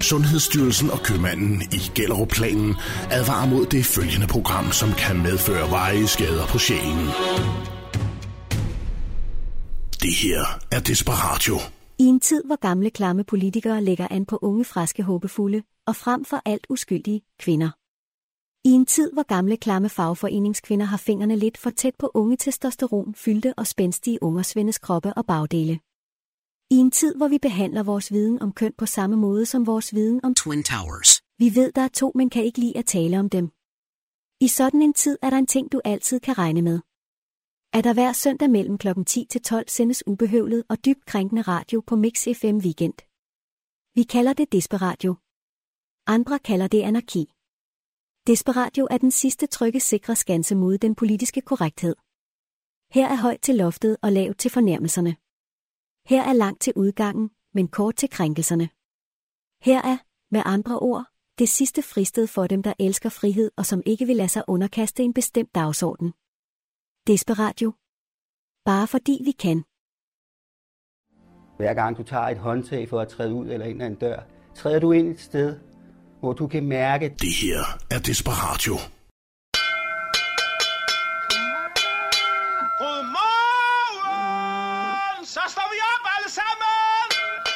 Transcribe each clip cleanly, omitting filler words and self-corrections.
Sundhedsstyrelsen og købmanden i Gellerupplanen advarer mod det følgende program, som kan medføre varige skader på sjælen. Det her er Desperatio. I en tid, hvor gamle klamme politikere lægger an på unge, friske, håbefulde og frem for alt uskyldige kvinder. I en tid, hvor gamle klamme fagforeningskvinder har fingrene lidt for tæt på unge testosteronfyldte og spændstige ungersvendes kroppe og bagdele. I en tid, hvor vi behandler vores viden om køn på samme måde som vores viden om Twin Towers. Vi ved, der er to, men kan ikke lide at tale om dem. I sådan en tid er der en ting, du altid kan regne med. At der hver søndag mellem kl. 10 til 12 sendes ubehøvlet og dybt krænkende radio på Mix FM Weekend. Vi kalder det Desperatio. Andre kalder det anarki. Desperatio er den sidste trygge, sikre skanse mod den politiske korrekthed. Her er højt til loftet og lavt til fornærmelserne. Her er langt til udgangen, men kort til krænkelserne. Her er, med andre ord, det sidste fristed for dem, der elsker frihed og som ikke vil lade sig underkaste en bestemt dagsorden. Desperatio. Bare fordi vi kan. Hver gang du tager et håndtag for at træde ud eller ind ad en dør, træder du ind et sted, hvor du kan mærke... Det her er Desperatio. Godmorgen! Så står vi op alle sammen!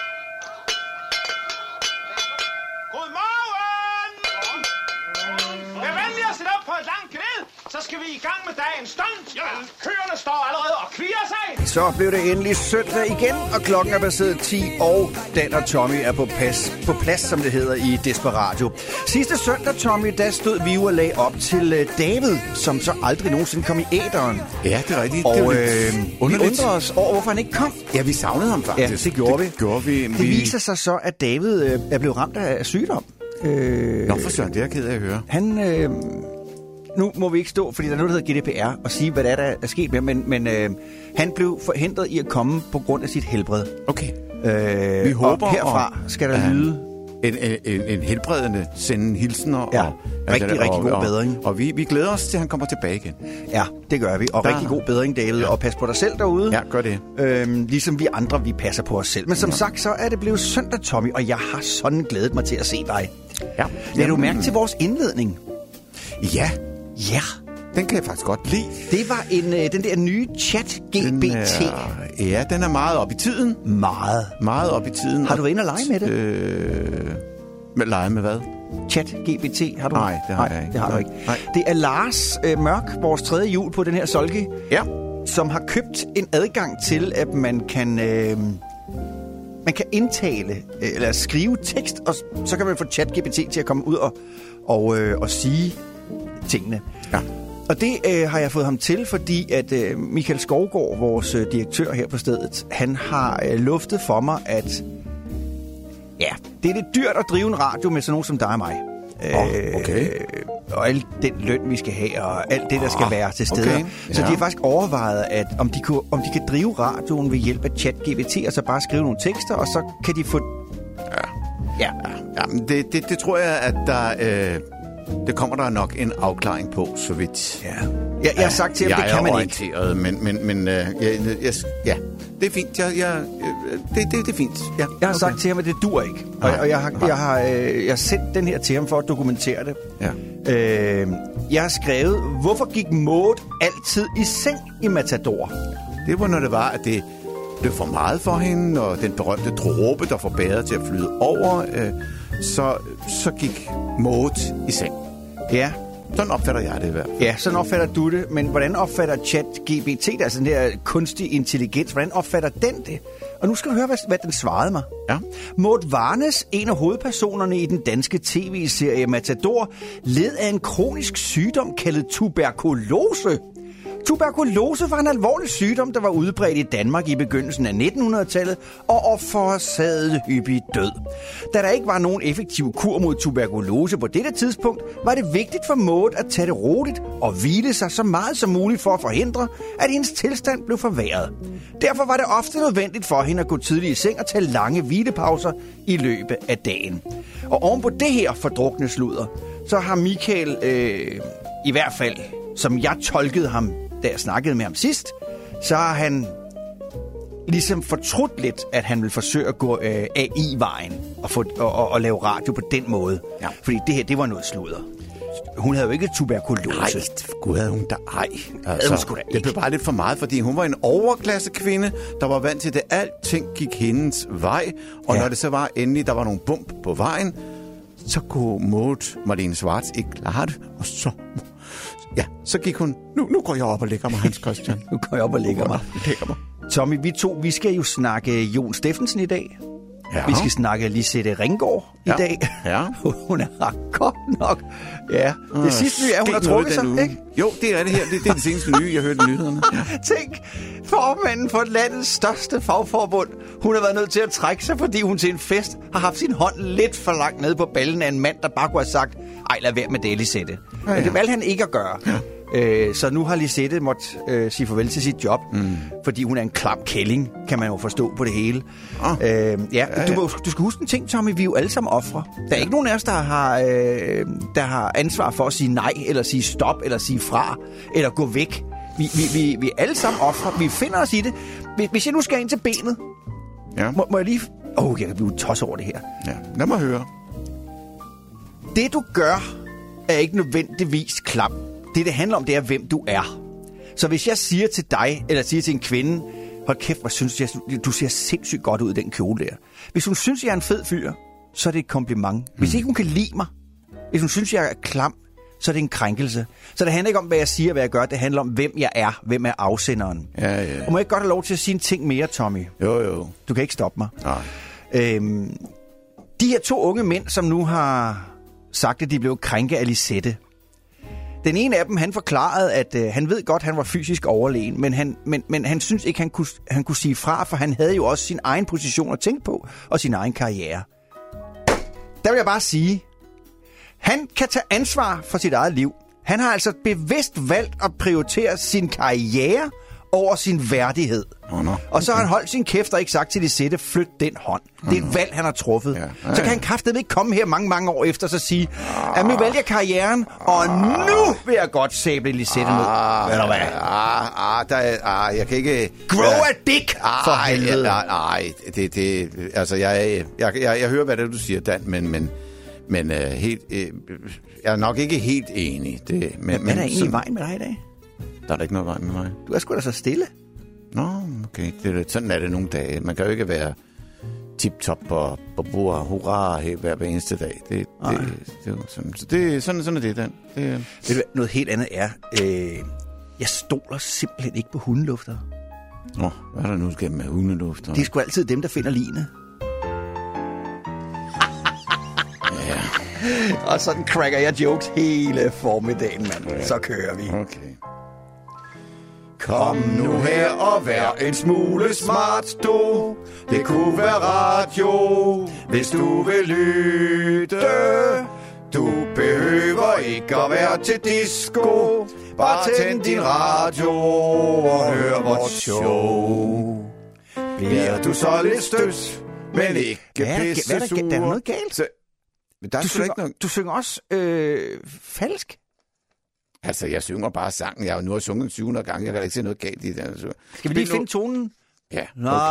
Godmorgen! Vær venlig at sætte op på et langt knæ, så skal vi i gang med dagens stunt. Køerne står allerede og kvier sig. Så blev det endelig søndag igen, og klokken er passeret 10, og Dan og Tommy er på plads, som det hedder i Desperatio. Sidste søndag, Tommy, der stod vi jo og lagde op til David, som så aldrig nogensinde kom i æteren. Ja, det er rigtigt. Og det vi undrede os over, hvorfor han ikke kom. Ja, vi savnede ham faktisk. Ja, det gjorde vi. Det viser sig så, at David er blevet ramt af sygdom. Nå, for søren, det er jeg ked af at høre. Han... Nu må vi ikke stå, fordi der er noget, der hedder GDPR, og sige, hvad der er sket med, men han blev forhindret i at komme på grund af sit helbred. Okay. Vi håber, og herfra skal der lyde en helbredende sende hilsener. Og rigtig god bedring. Og vi glæder os til, at han kommer tilbage igen. Ja, det gør vi. Og rigtig god bedring, David. Ja. Og pas på dig selv derude. Ja, gør det. Ligesom vi andre, vi passer på os selv. Men som sagt, så er det blevet søndag, Tommy, og jeg har sådan glædet mig til at se dig. Ja. Lad du mærke til vores indledning? Ja. Ja. Den kan jeg faktisk godt lide. Det var den der nye ChatGPT. Ja, den er meget op i tiden. Meget op i tiden. Har du været inde og lege med det? Med lege med hvad? ChatGPT, har du? Nej, det har jeg ikke. Det har du ikke. Nej. Det er Lars Mørk, vores tredje hjul på den her Solke, som har købt en adgang til, at man kan indtale eller skrive tekst, og så kan man få ChatGPT til at komme ud og sige tingene. Ja. Og det har jeg fået ham til, fordi at Michael Skovgaard, vores direktør her på stedet, han har luftet for mig, at det er lidt dyrt at drive en radio med sådan nogen som dig og mig. Okay. Og al den løn, vi skal have, og alt det, der skal være til stede. Okay. Så de har faktisk overvejet, at om de kan drive radioen ved hjælp af ChatGPT, og så bare skrive nogle tekster, og så kan de få... Ja, men det tror jeg, at der... Det kommer der nok en afklaring på, så vidt. Ja. Jeg har sagt til ham, det kan man ikke. Jeg er orienteret, men det er fint. Det er fint. Ja. Jeg har sagt til ham, at det dur ikke. Og jeg har sendt den her til ham for at dokumentere det. Ja. Jeg har skrevet, hvorfor gik Maud altid i seng i Matador? Det var, når det var, at det blev for meget for hende, og den berømte dråbe, der får bæret til at flyde over, så gik Maud i seng. Ja. Sådan opfatter jeg det i hvert fald. Ja, sådan opfatter du det. Men hvordan opfatter ChatGPT, altså den der kunstig intelligens, hvordan opfatter den det? Og nu skal du høre, hvad den svarede mig. Ja. Maud Varnes, en af hovedpersonerne i den danske tv-serie Matador, led af en kronisk sygdom kaldet tuberkulose. Tuberkulose var en alvorlig sygdom, der var udbredt i Danmark i begyndelsen af 1900-tallet og forårsagede hyppig død. Da der ikke var nogen effektiv kur mod tuberkulose på dette tidspunkt, var det vigtigt for Maud at tage det roligt og hvile sig så meget som muligt for at forhindre, at hendes tilstand blev forværret. Derfor var det ofte nødvendigt for hende at gå tidligt i seng og tage lange hvilepauser i løbet af dagen. Og ovenpå det her fordrukne sludder, så har Michael i hvert fald, som jeg tolkede ham, da jeg snakkede med ham sidst, så har han ligesom fortrudt lidt, at han ville forsøge at gå AI-vejen og lave radio på den måde. Ja. Fordi det her, det var noget sludder. Hun havde jo ikke tuberkulose. Nej, gud havde hun da ej. Altså, det blev bare lidt for meget, fordi hun var en overklassekvinde, der var vant til det. Alting gik hendes vej, og når det så var endelig, der var nogle bump på vejen, så kunne Maud Marlene Schwartz ikke klare det, og så gik hun, nu går jeg op og lægger mig, Hans Christian. Nu går jeg op og lægger mig. Tommy, vi skal jo snakke Jon Steffensen i dag. Ja. Vi skal snakke Lisette Ringgaard i dag. Ja. Hun er godt nok. Ja. Det sidste nye er, hun har trukket sig, ikke? Jo, det er det her. Det er det seneste nye, jeg hørte nyhederne. Tænk, formanden for landets største fagforbund. Hun har været nødt til at trække sig, fordi hun til en fest har haft sin hånd lidt for langt nede på ballen af en mand, der bare kunne have sagt, ej, lad være med det, Lisette. Ja. Men det valgte han ikke at gøre. Ja. Så nu har Lisette måtte sige farvel til sit job, fordi hun er en klam kælling, kan man jo forstå på det hele. Du skal huske en ting, Tommy, vi er jo alle sammen ofre. Der er ikke nogen af os, der har ansvar for at sige nej, eller sige stop, eller sige fra, eller gå væk. Vi er alle sammen ofre. Vi finder os i det. Hvis jeg nu skal ind til benet, må jeg lige... jeg kan blive tosset over det her. Ja, lad mig høre. Det, du gør, er ikke nødvendigvis klam. Det handler om, det er, hvem du er. Så hvis jeg siger til dig, eller siger til en kvinde, hold kæft, hvad synes jeg, du ser sindssygt godt ud i den kjole der. Hvis hun synes, jeg er en fed fyr, så er det et kompliment. Hvis ikke hun kan lide mig, hvis hun synes, jeg er klam, så er det en krænkelse. Så det handler ikke om, hvad jeg siger, hvad jeg gør. Det handler om, hvem jeg er. Hvem er afsenderen. Ja. Og må jeg godt have lov til at sige en ting mere, Tommy? Jo. Du kan ikke stoppe mig. Nej. De her 2 unge mænd, som nu har sagt, at de blev krænket af Lisette. Den ene af dem, han forklarede, at han ved godt, at han var fysisk overlegen, men han synes ikke, han kunne sige fra, for han havde jo også sin egen position at tænke på, og sin egen karriere. Der vil jeg bare sige, han kan tage ansvar for sit eget liv. Han har altså bevidst valgt at prioritere sin karriere over sin værdighed. Og så har han holdt sin kæft og ikke sagt til Lisette, flyt den hånd. Det er et valg, han har truffet. Ja. Så kan han kraftedeme ikke komme her mange år efter og sige, at nu vælger jeg karrieren, og nu vil jeg godt sable Lisette ned. Eller hvad? Jeg kan ikke... Grow a dick, for helvede. Nej, altså, jeg hører, hvad det er, du siger, Dan, men helt... jeg er nok ikke helt enig. Hvad er der egentlig i vejen med dig i dag? Der er da ikke noget vej med mig. Du er sgu da så stille. Nå, okay. Sådan er det nogle dage. Man kan jo ikke være tip-top på bord, hurra, hver eneste dag. Det er sådan er det, Dan. Ved du, noget helt andet er, jeg stoler simpelthen ikke på hundelufter. Nå, hvad er der nu skal med hundelufter? Det er sgu altid dem, der finder ligene. Ja. Og sådan cracker jeg jokes hele formiddagen, mand. Ja. Så kører vi. Okay. Kom nu her og vær en smule smart, du. Det kunne være radio, hvis du vil lytte. Du behøver ikke at være til disco. Bare tænd din radio og hør vores show. Bliver du så lidt støs, men ikke pisse sur. Der er noget galt. Du synger også falsk. Altså, jeg synger bare sangen. Jeg har nu sunget 700 gange. Jeg kan ikke se noget galt i det. Skal vi lige finde tonen? Ja,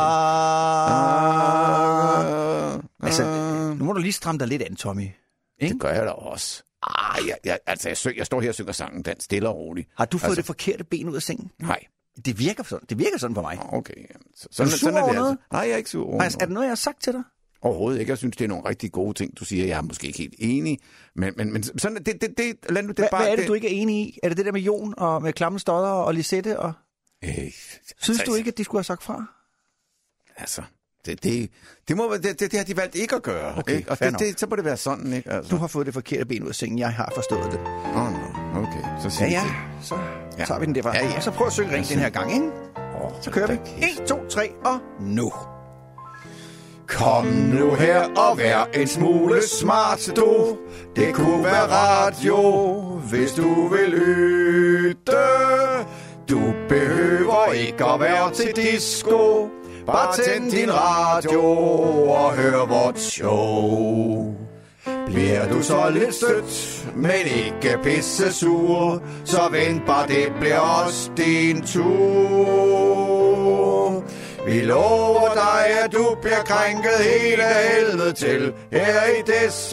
okay. Altså, nu må du lige stramme dig lidt an, Tommy. Ikke? Det gør jeg da også. Jeg står her og synger sangen, den stille og roligt. Har du fået det forkerte ben ud af sengen? Nej. Det virker sådan for mig. Okay. Er du sur over noget? Nej, jeg er ikke sur over noget. Er det noget, jeg har sagt til dig? Overhovedet ikke. Jeg synes, det er nogle rigtig gode ting, du siger. Jeg er måske ikke helt enig, men sådan, lad nu det bare... Hvad er det, du ikke er enig i? Er det det der med Jon og med klamme stodder og Lisette? Og... Synes du ikke, at de skulle have sagt fra? Altså, det har de valgt ikke at gøre. Okay, ikke? Og så må det være sådan, ikke? Altså. Du har fået det forkerte ben ud af sengen. Jeg har forstået det. Okay. Så siger ja. Så tager vi den derfra. Ja. Og så prøv at synge ring den her gang, ikke? Så kører vi. 1, 2, 3 og nu. Kom nu her og vær en smule smart, du. Det kunne være radio, hvis du vil lytte. Du behøver ikke at være til disco. Bare tænd din radio og hør vores show. Bliver du så lidt stødt, men ikke pisse sur, så vent bare, det bliver også din tur. Vi lover dig, at du bliver krænket hele helvede til, her i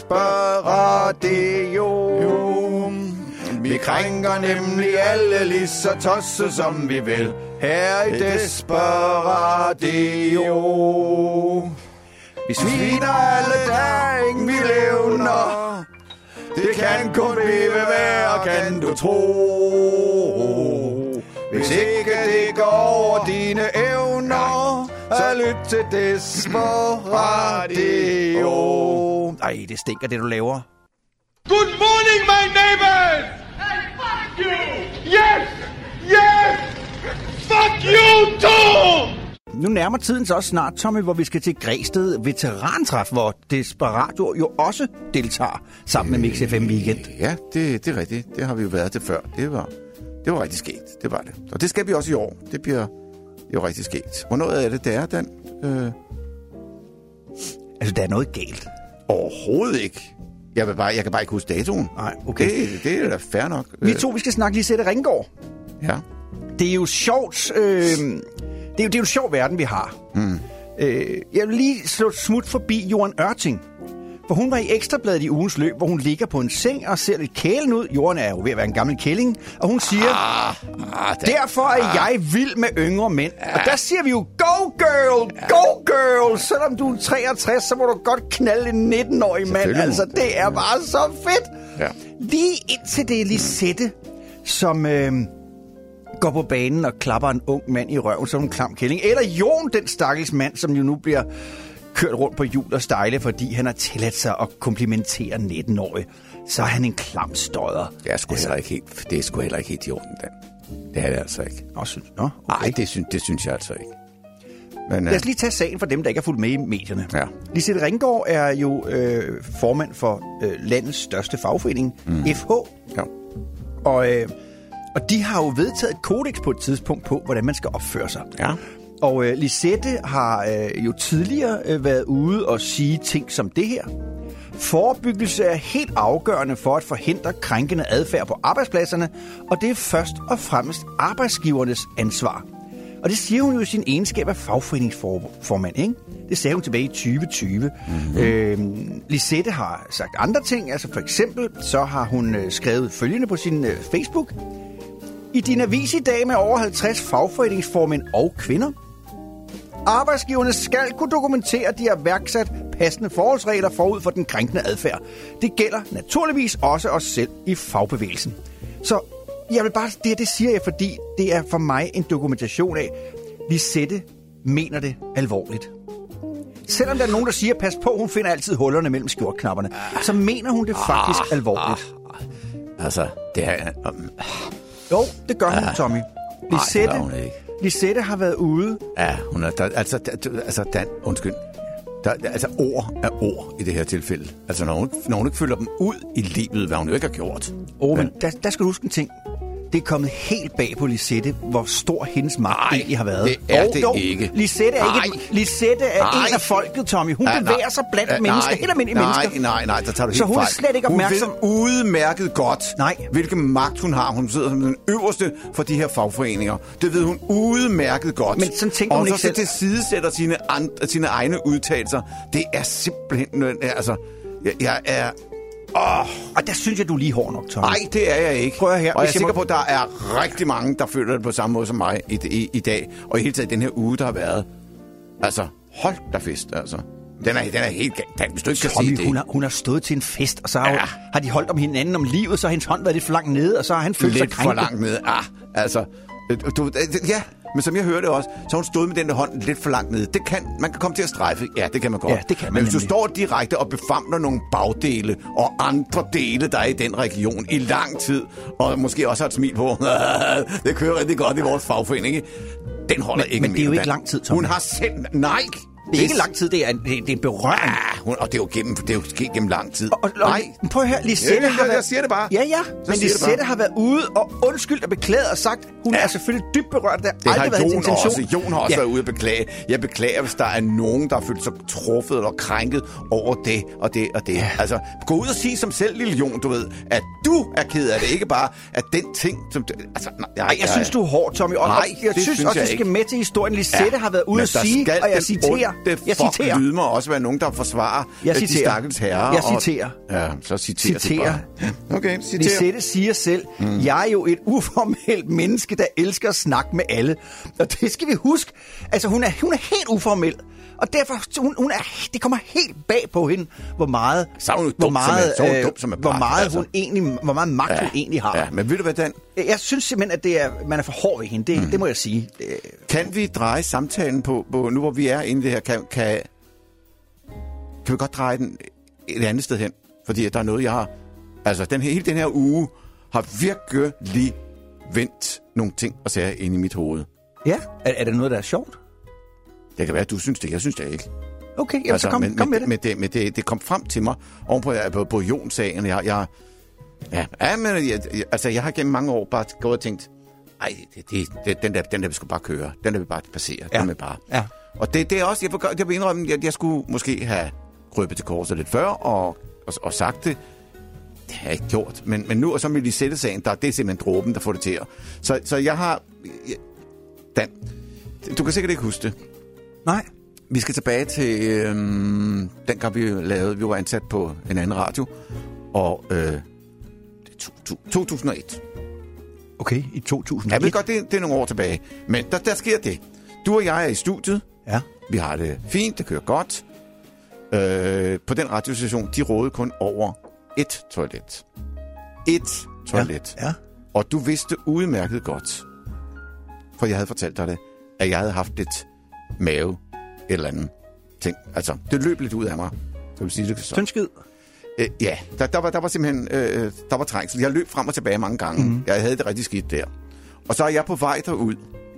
Desperatio. Vi krænker nemlig alle lige så tosse, som vi vil, her i Desperatio. Vi sviner alle, der er ingen vi levner. Det kan kun blive værre, kan du tro. Hvis ikke det går over dine evner, så lyt til Desperatio. Ej, det stinker, det du laver. Good morning, my neighbors! And fuck you! Yes! Yes! Fuck you too! Nu nærmer tiden så også snart, Tommy, hvor vi skal til Græsted Veterantræf, hvor Desperatio jo også deltager sammen med Mix FM Weekend. Ja, det er rigtigt. Det har vi jo været til før. Det var rigtig skægt. Det var det. Og det skal vi også i år. Det bliver jo rigtig skægt. Hvornår er det, der, Dan? Altså, der er noget galt. Overhovedet ikke. Jeg kan bare ikke huske datoen. Nej, okay. Det er da fair nok. Vi skal snakke Lisette Ringgaard. Ja. Det er jo sjovt. Det er jo en sjov verden, vi har. Jeg vil lige slå et smut forbi Johan Ørting. For hun var i Ekstrabladet i ugens løb, hvor hun ligger på en seng og ser lidt kælen ud. Jorden er jo ved at være en gammel kælling. Og hun siger, derfor er jeg vild med yngre mænd. Og der siger vi jo, go girl, go girl. Selvom du er 63, så må du godt knalde en 19-årig mand. Altså, det er bare så fedt. Ja. Lige indtil det er Lisette, som går på banen og klapper en ung mand i røven som en klam kælling. Eller Jon, den stakkels mand, som jo nu bliver kørt rundt på hjul og stejle, fordi han har tilladt sig at komplimentere 19-årig. Så er han en klam stodder. Det er sgu heller ikke helt i orden, Dan. Det er det altså ikke. Okay. Nej, det synes jeg altså ikke. Men, lad os lige tage sagen for dem, der ikke har fulgt med i medierne. Ja. Lisette Ringgaard er jo formand for landets største fagforening, FH. Ja. Og de har jo vedtaget et kodeks på et tidspunkt på, hvordan man skal opføre sig. Ja. Og Lisette har jo tidligere været ude og sige ting som det her. Forebyggelse er helt afgørende for at forhindre krænkende adfærd på arbejdspladserne, og det er først og fremmest arbejdsgivernes ansvar. Og det siger hun jo i sin egenskab af fagforeningsformand, ikke? Det sagde hun tilbage i 2020. Lisette har sagt andre ting, altså for eksempel så har hun skrevet følgende på sin Facebook. I din avis i dag med over 50 fagforeningsformænd og kvinder. Arbejdsgiverne skal kunne dokumentere, at de har værksat passende forholdsregler forud for den krænkende adfærd. Det gælder naturligvis også os selv i fagbevægelsen. Så jeg vil bare, det siger jeg, fordi det er for mig en dokumentation af, Lisette mener det alvorligt. Selvom der er nogen, der siger, pas på, hun finder altid hullerne mellem skjortknapperne, så mener hun det faktisk alvorligt. Altså, det er... Jo, det gør hun, Tommy. Lisette har været ude. Ja, hun er... Dan, undskyld. Ord er ord i det her tilfælde. Altså, når hun ikke følger dem ud i livet, hvad hun jo ikke har gjort. Men der skal du huske en ting. Det er kommet helt bag på Lisette, hvor stor hendes magt egentlig har været. Det er det ikke. Lisette er en af folket, Tommy. Hun bevæger sig blandt mennesker, helt almindelige mennesker. Nej, der tager du helt fejl. Så hun er slet ikke opmærksom. Hun ved udmærket godt, hvilken magt hun har. Hun sidder som den øverste for de her fagforeninger. Det ved hun udmærket godt. Men sådan tænker hun ikke selv. Og så tilsidesætter sine egne udtalelser. Det er simpelthen... Altså, jeg er... Og der synes jeg, du er lige hård nok, Tommy. Nej, det er jeg ikke. Prøv her. Og jeg er sikker på, at der er rigtig mange, der føler det på samme måde som mig i dag. Og i hele taget den her uge, der har været. Altså, hold da fest, altså. Den er helt galt. Hvis du ikke kan sige det. Hun har stået til en fest, og så har de holdt om hinanden om livet, så har hendes hånd været lidt for langt nede, og så har han følt sig krænket. Lidt for langt nede. Altså... Ja, men som jeg hørte også, så hun stod med den der hånd lidt for langt nede. Man kan komme til at strejfe. Ja, det kan man godt. Ja, det kan man. Men hvis du står direkte og befamler nogle bagdele og andre dele, der er i den region i lang tid, og måske også har et smil på, det kører rigtig godt i vores fagforening, ikke? Den holder ikke. Men det er jo ikke lang tid, Tommy. Hun har selv... Nej! Det er ikke lang tid, det er en berøring. Og det er jo sket gennem lang tid. Nej. Prøv at høre, Lisette har været... Jeg siger det bare. Ja, men Lisette har været ude og undskyldt og beklaget og sagt, hun er selvfølgelig dybt berørt. Det har aldrig været hendes intention. Jon har også været ude og beklage. Jeg beklager, hvis der er nogen, der har følt sig truffet eller krænket over det og det og det. Ja. Altså, gå ud og sige som selv, lille Jon, du ved, at du er ked af det. Ikke bare, at den ting, som... Altså, jeg synes, du er hård, Tommy. Jeg synes også, det skal med til historien. Lisette har været ude og sige, og jeg citerer. Jeg citerer. Lyder mig også være nogen, der forsvarer de stakkels herrer. Jeg citerer. Ja, så citerer. Okay, citerer. Lisette siger selv, jeg er jo et uformelt menneske, der elsker at snakke med alle. Og det skal vi huske. Altså, hun er helt uformel. Og derfor, det kommer helt bag på hende, hvor meget magt hun egentlig har. Ja, men ved du hvad, Dan? Jeg synes simpelthen, at man er for hård i hende. Det må jeg sige. Kan vi dreje samtalen på nu hvor vi er inde i det her, kan vi godt dreje den et andet sted hen? Fordi der er noget, jeg har... Altså, hele den her uge har virkelig vendt nogle ting og sager ind i mit hoved. Ja? Er det noget, der er sjovt? Det kan være, at du synes det. Jeg synes det ikke. Okay, jamen, så kom med det. Men det kom frem til mig ovenpå på Jon-sagen. Jeg har gennem mange år bare gået og tænkt, den der vi skulle bare køre. Den der vi bare passere. Ja. Den vil bare. Ja. Og det er også, jeg vil indrømme, at jeg skulle måske have krøbet til korset lidt før og sagt det. Det har jeg ikke gjort. Men nu, og så med Lisette-sagen, det er simpelthen dråben, der får det til. Så jeg har... Dan, du kan sikkert ikke huske det. Nej. Vi skal tilbage til dengang vi var ansat på en anden radio, og 2001. Okay, i 2001. Jeg ved godt, det er nogle år tilbage, men der sker det. Du og jeg er i studiet. Ja. Vi har det fint, det kører godt. På den radiostation, de rådede kun over et toilet. Et toilet. Ja. Og du vidste udmærket godt, for jeg havde fortalt dig det, at jeg havde haft lidt mave eller andet ting. Altså, det løb lidt ud af mig. Kan du sige det så? Tyndskid? Ja, der var simpelthen der var trængsel. Jeg løb frem og tilbage mange gange. Mm. Jeg havde det rigtig skidt der. Og så er jeg på vej derud.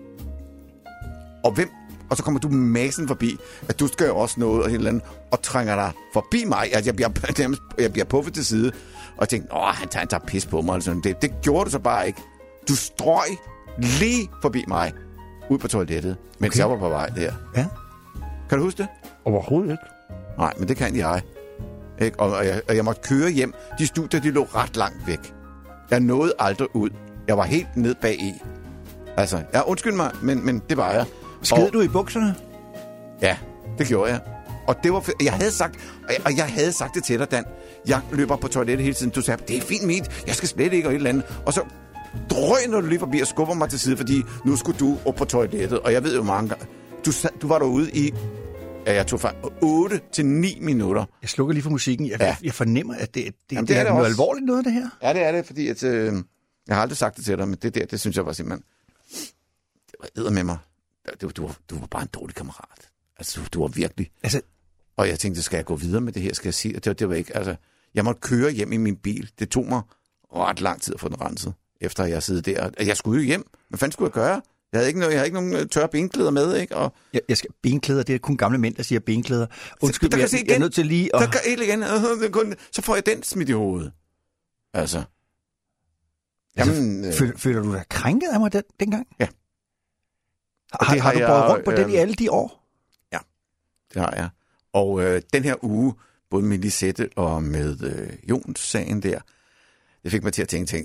Og så kommer du masen forbi, at du skal jo også noget og helt andet, og trænger dig forbi mig. Altså, jeg bliver puffet til side, og jeg tænkte, han tager pis på mig. Altså. Det gjorde du så bare ikke. Du strøg lige forbi mig ud på toilettet, mens jeg var på vej der. Ja. Kan du huske det? Overhovedet ikke. Nej, men det kan jeg. Ikke? Og jeg måtte køre hjem. De studier, de lå ret langt væk. Jeg nåede aldrig ud. Jeg var helt ned bag i. Altså, undskyld mig, men det var jeg. Sked du i bukserne? Ja, det gjorde jeg. Og det var, jeg havde sagt det til dig, Dan. Jeg løber på toilettet hele tiden. Du sagde, det er fint ment. Jeg skal slet ikke og et eller andet. Og så drøner du lige forbi og skubber mig til side, fordi nu skulle du op på toilettet. Og jeg ved jo mange gange. Du var derude i, jeg tog fra 8 til 9 minutter. Jeg slukker lige for musikken. Jeg fornemmer, at det er noget alvorligt noget, det her. Ja, det er det, fordi at, jeg har aldrig sagt det til dig, men det synes jeg var simpelthen... Det var æder med mig. Du var bare en dårlig kammerat. Altså, du var virkelig... Altså... Og jeg tænkte, skal jeg gå videre med det her? Skal jeg sige? Det var ikke... Altså, jeg måtte køre hjem i min bil. Det tog mig ret lang tid at få den renset, efter jeg sidder der. Jeg skulle jo hjem. Hvad fanden skulle jeg gøre? Jeg havde ikke nogen tørre benklæder med, ikke? Og... Jeg skal benklæder, det er kun gamle mænd, der siger benklæder. Undskyld, jeg er nødt til lige at... Der kan igen. Så får jeg den smidt i hovedet. Altså... Jamen, føler du dig krænket af mig dengang? Ja. Har du båret rundt på den i alle de år? Ja, det har jeg. Og den her uge, både med Lisette og med Jons-sagen der, det fik mig til at tænke,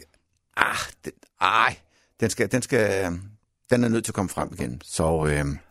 den er nødt til at komme frem igen. Så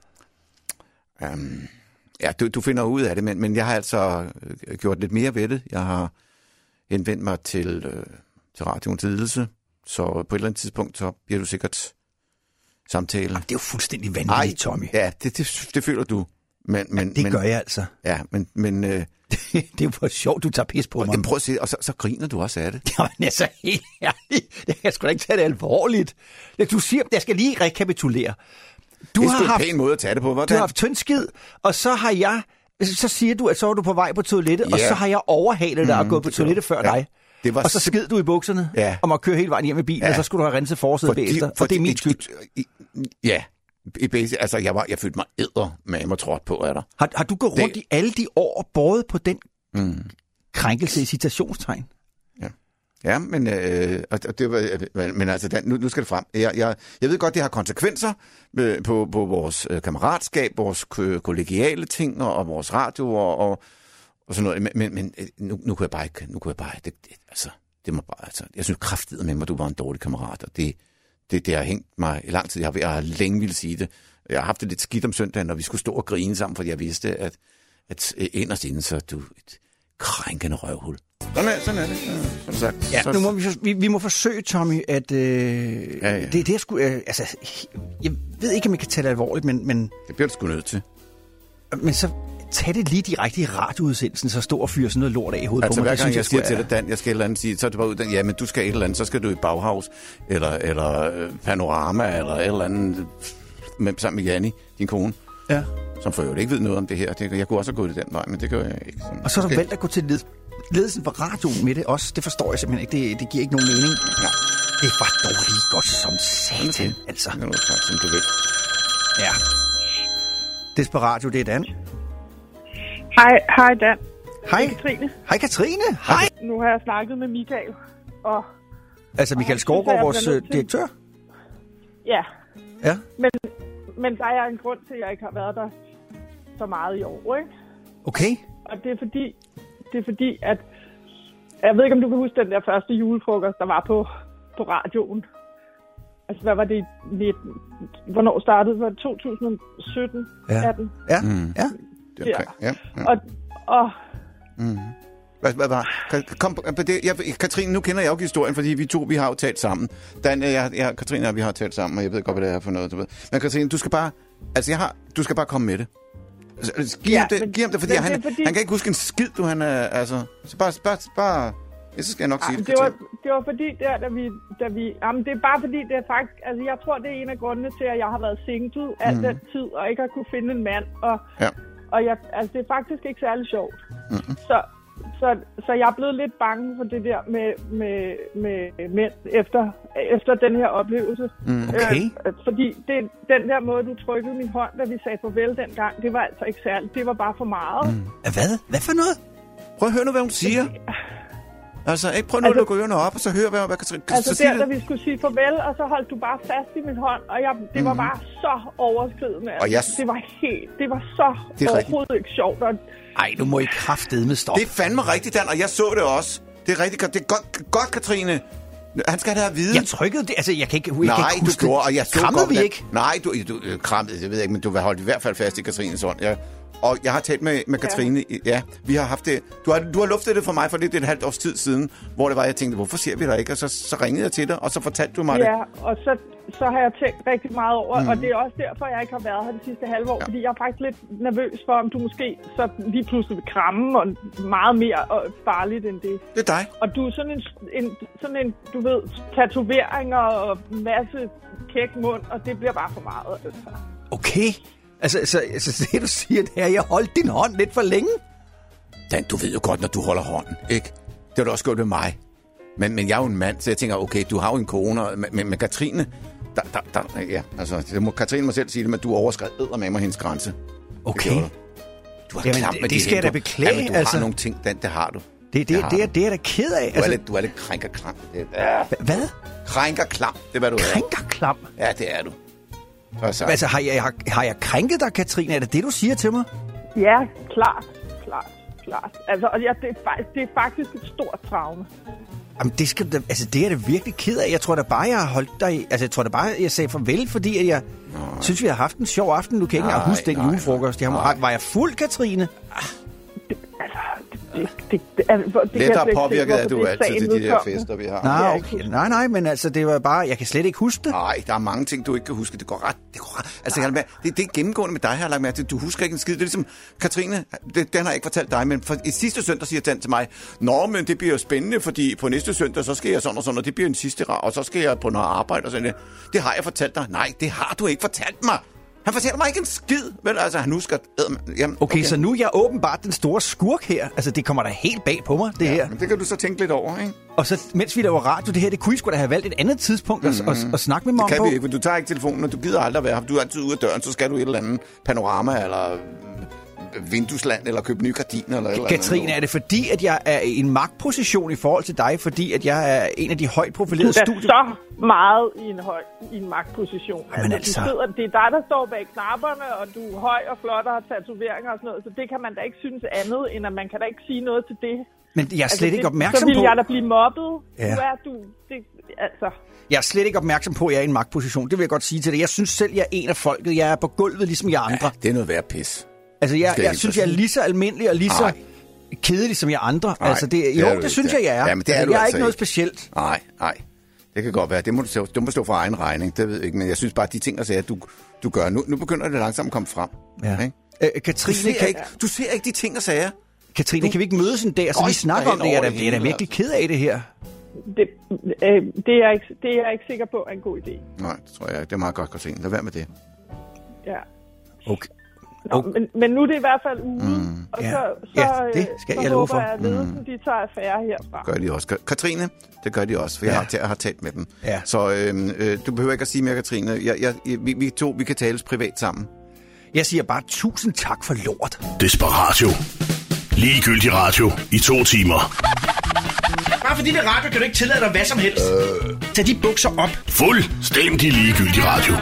du finder ud af det, men jeg har altså gjort lidt mere ved det. Jeg har henvendt mig til radioens ledelse, så på et eller andet tidspunkt, så bliver du sikkert samtale. Det er jo fuldstændig vanvittigt, Tommy. Ja, det føler du. Men gør jeg altså. Ja, men det er jo for sjovt, du tager pis på mig. Prøv at se, og så griner du også af det. Jamen, altså helt ærligt. Det kan jeg sgu da ikke tage det alvorligt. Du siger, jeg skal lige rekapitulere. Det er en pæn måde at tage det på, hvordan? Du har haft tyndskid, og så har jeg... Så siger du, at så var du på vej på toilettet, og så har jeg overhalet dig og gået på toilettet før dig. Og så skid du i bukserne, og må køre hele vejen hjem med bilen, og så skulle du have renset forsædet bagefter, for det er min skyld. Ja, Altså, jeg følte mig med mig trådt på af dig. Har du gået rundt i alle de år og båret på den krænkelse i citationstegn? Ja, men altså, nu skal det frem. Jeg ved godt, det har konsekvenser på vores kammeratskab, vores kollegiale ting og vores radio og sådan noget. Men nu kunne jeg bare ikke. Det må bare. Altså, jeg synes kraftedeme med mig, du var en dårlig kammerat, og det har hængt mig i lang tid. Jeg har længe ville sige det. Jeg har haft det lidt skidt om søndagen, når vi skulle stå og grine sammen, fordi jeg vidste, at inderst inde, så er du et krænkende røvhul. Sådan er det. Som sagt. Ja, nu må vi må forsøge, Tommy, at det er sgu altså, jeg ved ikke, om jeg kan tage det alvorligt, men det bliver du sgu nødt til. Men så tag det lige direkte i radioudsendelsen, så stå og fyre sådan noget lort af i hovedet altså, på mig. Hver gang jeg siger til dig, Dan, jeg skal et eller andet sige, så er det bare ud, ja, men du skal et eller andet, så skal du i Bauhaus, eller Panorama, eller et eller andet, sammen med Janni, din kone. Ja. Som for øvrigt ikke ved noget om det her. Jeg kunne også have gået den vej, men det gør jeg ikke. Og så har du valgt at gå til ledelsen for radioen med det også. Det forstår jeg simpelthen ikke. Det giver ikke nogen mening. Ja. Det er bare dårligt godt som satan, altså. Det er noget klart, som du ved. Ja. Desperatio, det er Dan. Hej Dan. Hej Katrine. Hej Katrine. Hej. Nu har jeg snakket med Michael. Altså Michael Skovgaard, vores direktør? Ja. Ja. Men der er en grund til, at jeg ikke har været der så meget i år, ikke? Okay. Og det er fordi, at jeg ved ikke, om du kan huske den der første julefrokost, der var på radioen. Altså, hvad var det? Hvornår startede det? Var det 2017? Ja. 18? Ja. Ja. Okay. Ja. Og Hvad var? Katrine, nu kender jeg jo historien, fordi vi har jo talt sammen. Katrine og vi har talt sammen, og jeg ved godt, hvad det er for noget. Du ved. Men Katrine, du skal bare komme med det. Giv ham det, fordi han kan ikke huske en skid, du han er, altså. Så bare så skal jeg nok sige det. Det var fordi da vi jamen det er bare fordi det er faktisk, altså jeg tror det er en af grundene til, at jeg har været single al den tid og ikke har kunne finde en mand og jeg, altså det er faktisk ikke særlig sjovt. Så jeg er blevet lidt bange for det der med mænd efter den her oplevelse. Okay. Fordi den der måde, du trykkede min hånd, da vi sagde farvel dengang, det var altså ikke særligt. Det var bare for meget. Hvad? Hvad for noget? Prøv at høre nu, hvad hun siger. Altså, ikke prøv nu at lukke ørerne op, og så høre, hvad Katrine... Altså da vi skulle sige farvel, og så holdt du bare fast i min hånd, og det var bare så overskridende. Altså. Det var så overhovedet ikke sjovt. Ej, du må i kraftedeme stoppe. Det er fandme rigtigt, Dan, og jeg så det også. Det er rigtigt. Det er godt, Katrine. Han skal da have at vide. Jeg trykkede det. Altså, jeg kan ikke huske. Nej, du gjorde, og jeg så krammede vi ikke? Nej, du krammede, det ved jeg ikke, men du har holdt i hvert fald fast i Katrines hånd. Og jeg har talt med Katrine. Ja, vi har haft det. Du har luftet det for mig for lidt et halvt års tid siden, hvor det var, jeg tænkte, hvorfor ser vi dig ikke? Og så ringede jeg til dig, og så fortalte du mig det. Ja, og så har jeg tænkt rigtig meget over, og det er også derfor, jeg ikke har været her det sidste halve år, fordi jeg er faktisk lidt nervøs for, om du måske så lige pludselig vil kramme, og meget mere farligt end det. Det er dig. Og du er sådan en du ved, tatoveringer og masse kæk mund, og det bliver bare for meget. Altså. Okay. Altså det du siger, det er, jeg holdt din hånd lidt for længe. Dan, du ved jo godt, når du holder hånden, ikke? Det har du også gjort med mig. Men jeg er jo en mand, så jeg tænker, okay, du har jo en kone, men Katrine, Katrine må selv sige det, men du overskred med mig hendes grænse. Okay. Du har klam med det skal jeg da beklage. Ja, men du har nogle ting, Dan, det har du. Det er jeg da ked af. Du er lidt krænkerklam. Hvad? Krænkerklam, det er hvad du er. Krænkerklam? Ja, det er du. Altså, har jeg krænket dig, Katrine? Er det det, du siger til mig? Ja, klart. Altså, og det er faktisk et stort traume. Jamen, det er det virkelig ked af. Jeg tror da bare, jeg har holdt dig... Altså, jeg tror da bare, jeg sagde farvel, fordi at jeg synes, vi har haft en sjov aften. Du kan ikke engang huske den julefrokost. Var jeg fuld, Katrine? Lettere påvirket er du altid til de der fester, vi har. Nej, men altså, det var bare... Jeg kan slet ikke huske det. Nej, der er mange ting, du ikke kan huske. Det går ret. Altså, det er gennemgående med dig, har jeg lagt mærke til. Du husker ikke en skid. Det er ligesom, Katrine, den har jeg ikke fortalt dig, men i sidste søndag siger den til mig, nå, men det bliver jo spændende, fordi på næste søndag, så skal jeg sådan og sådan, og det bliver en sidste rar, og så skal jeg på noget arbejde og sådan det. Det har jeg fortalt dig. Nej, det har du ikke fortalt mig. Han fortæller mig ikke en skid. Vel, altså, han husker... Jamen, okay, så nu er jeg åbenbart den store skurk her. Altså, det kommer da helt bag på mig, det her. Men det kan du så tænke lidt over, ikke? Og så, mens vi laver radio, det her, det kunne I sgu da have valgt et andet tidspunkt at snakke med mig om på. Det kan vi ikke, du tager ikke telefonen, og du gider aldrig være her. Du er altid ude af døren, så skal du et eller andet panorama, eller vinduesland, eller købe nye gardiner, eller Katrine, er det fordi, at jeg er i en magtposition i forhold til dig, fordi at jeg er en af de højt profilerede studier? Du er så meget i en magtposition. Altså. Det er dig, der står bag knapperne, og du er høj og flot og har tatoveringer og sådan noget, så det kan man da ikke synes andet, end at man kan da ikke sige noget til det. Men jeg er slet ikke opmærksom på... Så vil jeg da blive mobbet. Ja. Jeg er slet ikke opmærksom på, at jeg er i en magtposition. Det vil jeg godt sige til dig. Jeg synes selv, jeg er en af folket. Jeg er på gulvet, ligesom jeg andre. Ja, det er noget værd pis. Altså, jeg synes, jeg er lige så almindelig og lige så kedelig som jeg andre. Altså, det synes jeg er. Ja, men det er jeg altså er ikke noget specielt. Nej. Det kan godt være. Det må stå for egen regning. Det ved jeg ikke, men jeg synes bare, de ting, der siger, at du gør. Nu begynder det langsomt at komme frem. Ja. Katrine, du ser ikke de ting, der siger. Katrine, kan vi ikke mødes en dag, og så vi snakker om det? Jeg er da virkelig ked af det her. Det er jeg ikke sikker på er en god idé. Nej, det tror jeg ikke. Det er meget godt, Katrine. Lad være med det. Ja. Okay. Men nu er det i hvert fald ude, og det skal jeg love for. Jeg håber, at ledelsen de tager affære herfra. Gør de også. Katrine, det gør de også, for jeg har talt med dem. Ja. Så du behøver ikke at sige mere, Katrine. Vi kan tales privat sammen. Jeg siger bare 1000 tak for lort. Desperatio. Ligegyldig radio i 2 timer. Bare fordi det er radio, kan du ikke tillade dig hvad som helst. Tag de bukser op. Fuldstændig ligegyldig radio.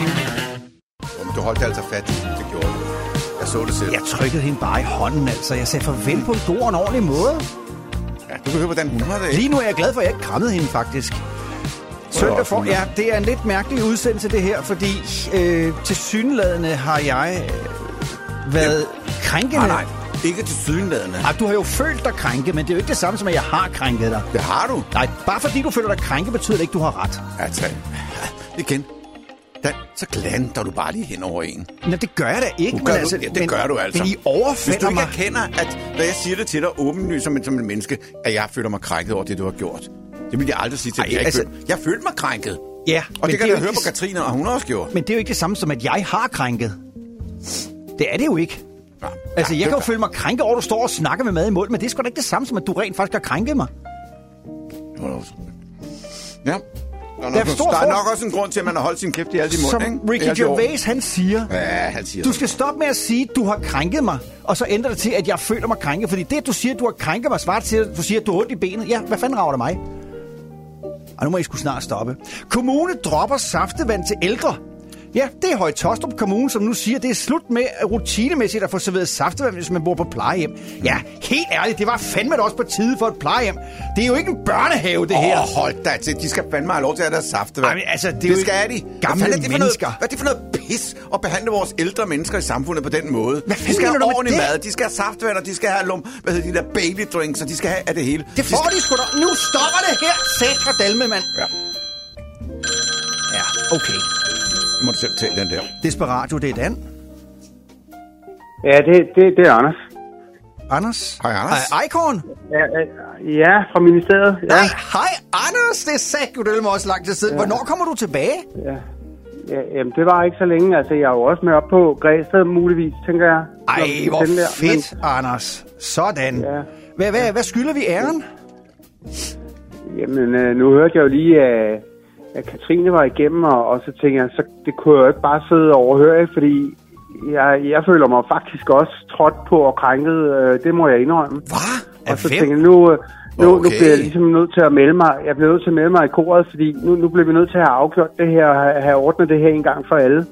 Du holdt altså fat. Det gjorde du. Jeg så det selv. Jeg trykkede hende bare i hånden, altså. Jeg sagde farvel på en ordentlig måde. Ja, du kan høre, hvordan hun har det. Lige nu er jeg glad for, at jeg ikke krammede hende, faktisk. Søndag for... Ja, det er en lidt mærkelig udsendelse, det her, fordi tilsyneladende har jeg været krænkende. Nej. Ikke tilsyneladende. Du har jo følt dig krænket, men det er jo ikke det samme som, at jeg har krænket dig. Det har du. Nej, bare fordi du føler dig krænket, betyder det ikke, du har ret. Ja, igen. Så glander du bare lige hen over en. Nej, det gør jeg da ikke. Det gør du altså. Men I overfælder mig. Hvis du ikke erkender, at når jeg siger det til dig åbenlyst som en menneske, at jeg føler mig krænket over det, du har gjort. Det vil jeg aldrig sige til dig. Jeg følte mig krænket. Ja. Og det kan jeg høre på Katrine, og hun har også gjort. Men det er jo ikke det samme som, at jeg har krænket. Det er det jo ikke. Jeg kan jo føle mig krænket over, at du står og snakker med mad i munden, men det er sgu da ikke det samme som, at du rent faktisk har krænket mig. Ja. Der er nok også en grund til, at man har holdt sin kæft i alt i munden, ikke? Som Ricky Gervais, han siger. Ja, han siger du skal stoppe med at sige, at du har krænket mig, og så ændrer det til, at jeg føler mig krænket. Fordi det, du siger, at du har krænket mig, svarer til, at du siger, at du har ondt i benet. Ja, hvad fanden rager det mig? Og nu må I sgu snart stoppe. Kommune dropper saftevand til ældre. Ja, det er Høje Taastrup Kommune, som nu siger, at det er slut med rutinemæssigt at få serveret saftevand, hvis man bor på plejehjem. Ja, helt ærligt, det var fandme da også på tide for et plejehjem. Det er jo ikke en børnehave, det her. Hold da til, de skal fandme have lov til at have deres saftevand. Ej, altså, det skal de. Gamle mennesker. Hvad er det for noget pis at behandle vores ældre mennesker i samfundet på den måde? De skal have ordentlig mad, de skal have saftevand, og de skal have de der baby drinks, og de skal have af det hele. Det får de sgu da. Nu stopper det her. Sætre dalme, mand. Ja, okay. Nu må du selv tage den der. Desperatio, det er Dan. Ja, det er Anders. Anders? Hej, Anders. Icon? Ja, fra ministeriet. Ja. Nej, hej, Anders. Det sagde du det også lang tid siden. Ja. Hvornår kommer du tilbage? Ja, jamen, det var ikke så længe. Altså, jeg er jo også med op på Græsted, muligvis, tænker jeg. Ej, hvor fedt, Anders. Sådan. Ja. Hvad skylder vi æren? Jamen, nu hørte jeg jo lige, at Katrine var igennem, og så tænkte jeg, så det kunne jeg jo ikke bare sidde og overhøre, fordi jeg føler mig faktisk også trådt på og krænket, det må jeg indrømme. Hvad? Og så tænkte jeg, nu bliver jeg ligesom nødt til at melde mig, jeg bliver nødt til at melde mig i koret, fordi nu bliver vi nødt til at have afgjort det her, og have ordnet det her en gang for alle.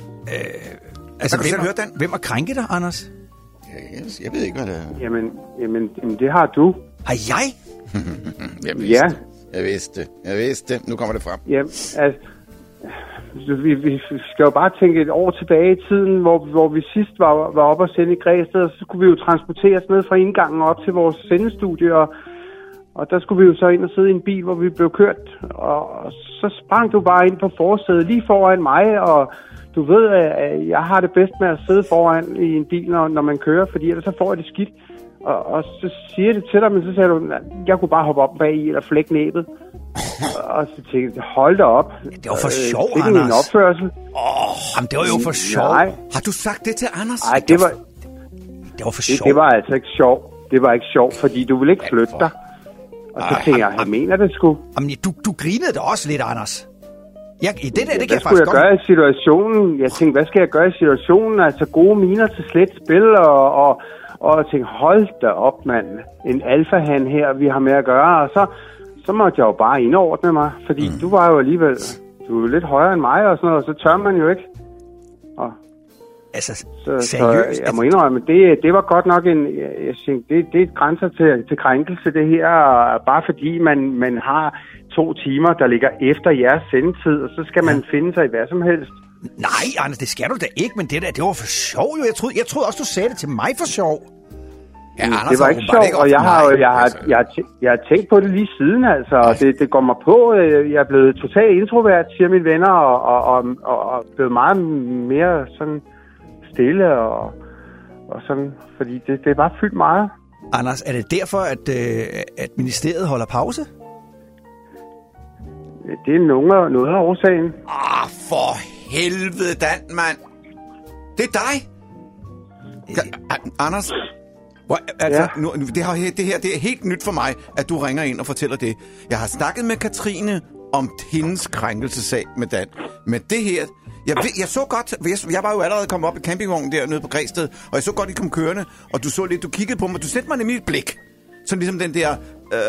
Hvem har krænket dig, Anders? Jeg ved ikke, hvad det er. Jamen det har du. Har jeg? Ja. Jeg vidste det. Nu kommer det frem. Ja, altså, vi skal jo bare tænke et år tilbage i tiden, hvor vi sidst var oppe og sende i Græsted, og så skulle vi jo transporteres ned fra indgangen op til vores sendestudie, og der skulle vi jo så ind og sidde i en bil, hvor vi blev kørt, og så sprang du bare ind på forsædet lige foran mig, og du ved, at jeg har det bedst med at sidde foran i en bil, når man kører, fordi ellers så får jeg det skidt. Og så siger det til dig, men så sagde du, jeg kunne bare hoppe op bag i, eller flække næbet. Og så tænkte jeg, hold da op. Det var for sjov, Anders. Anders. En opførsel. Jamen, det var jo for sjov. Nej. Har du sagt det til Anders? Nej, det var for sjov. Det var altså ikke sjov. Det var ikke sjovt, fordi du ville ikke flytte dig. Og så tænkte jeg mener det sgu. Jamen, du grinede da også lidt, Anders. Det kan jeg faktisk Hvad skulle jeg gøre i situationen? Jeg tænkte, hvad skal jeg gøre i situationen? Altså gode miner til slet spil, og jeg tænkte, hold da op, mand. En alfahan her, vi har med at gøre. Og så måtte jeg jo bare indordne mig, fordi du var jo alligevel... Du er lidt højere end mig og sådan noget, og så tør man jo ikke. Og altså, seriøst? Så jeg må indrømme, det var godt nok jeg tænkte, det er grænser til krænkelse, det her. Bare fordi man har 2 timer, der ligger efter jeres sendetid, og så skal man finde sig i hvad som helst. Nej, Anders, det skal du da ikke, men det var for sjov jo. Jeg troede også, du sagde det til mig for sjov. Ja, Anders, det var ikke sjovt, og jeg har tænkt på det lige siden, altså. Det går mig på. Jeg er blevet totalt introvert, siger mine venner, og blevet meget mere sådan stille og sådan, fordi det er bare fyldt meget. Anders, er det derfor, at ministeriet holder pause? Det er noget af årsagen. For helvede, Dan, mand. Det er dig. Anders, det her det er helt nyt for mig, at du ringer ind og fortæller det. Jeg har snakket med Katrine om hendes krænkelsesag med Dan. Men det her... Jeg så godt... Jeg var jo allerede kommet op i campingvognen dernede på Græsted, og jeg så godt, I kom kørende, og du så lidt... Du kiggede på mig. Du sendte mig nemlig et blik. Sådan ligesom den der...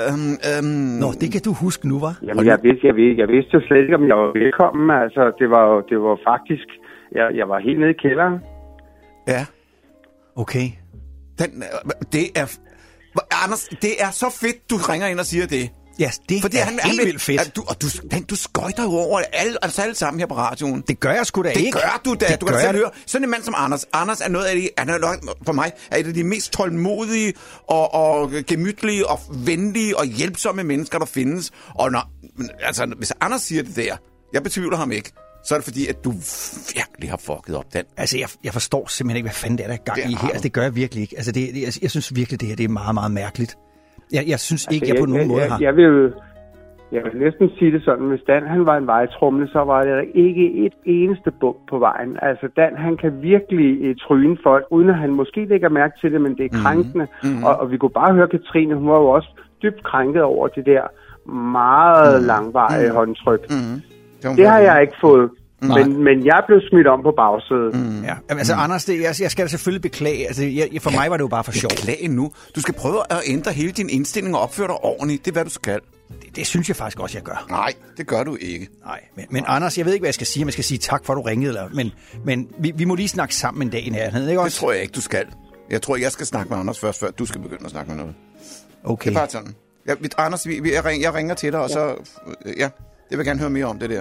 Nå, det kan du huske nu, hva'? Jamen, jeg vidste jo slet ikke, om jeg var velkommen. Altså, det var faktisk... Jeg var helt nede i kælderen. Ja. Okay. Det er... Anders, det er så fedt, du ringer ind og siger det. Ja, det fordi er helt vildt fedt. Du skøjter jo over alle sammen her på radioen. Det gør jeg sgu da ikke. Det gør du da. Du kan selv høre. Sådan en mand som Anders. Anders er noget af for mig er et af de mest tålmodige og gemytlige og venlige og hjælpsomme mennesker, der findes. Og hvis Anders siger det der, jeg betvivler ham ikke, så er det fordi, at du virkelig har fucket op den. Altså, jeg forstår simpelthen ikke, hvad fanden det er, der er gang i her. Altså, det gør jeg virkelig ikke. Altså, jeg synes virkelig, det her det er meget, meget mærkeligt. Jeg synes ikke, jeg på nogen måde har... Jeg vil næsten sige det sådan, hvis Dan han var en vejtrumle, så var der ikke et eneste bump på vejen. Altså Dan, han kan virkelig tryne folk, uden at han måske lægger mærke til det, men det er krænkende. Og vi kunne bare høre Katrine, hun var jo også dybt krænket over det der meget langvarige håndtryk. Det har jeg ikke fået. Men jeg blev smidt om på bagsædet. Ja, altså Anders, jeg skal da selvfølgelig beklage. Altså, for mig var det jo bare for sjovt. Beklage nu. Du skal prøve at ændre hele din indstilling og opføre dig ordentligt. Det er, hvad du skal. Det synes jeg faktisk også, jeg gør. Nej, det gør du ikke. Nej, men Anders, jeg ved ikke, hvad jeg skal sige. Om jeg skal sige tak for, at du ringede. Men vi må lige snakke sammen en dag i nærheden, ikke også? Det tror jeg ikke, du skal. Jeg tror, jeg skal snakke med Anders først, før du skal begynde at snakke med noget. Okay. Det er bare sådan. Anders, jeg ringer til dig, og så... Ja, jeg vil gerne høre mere om det der.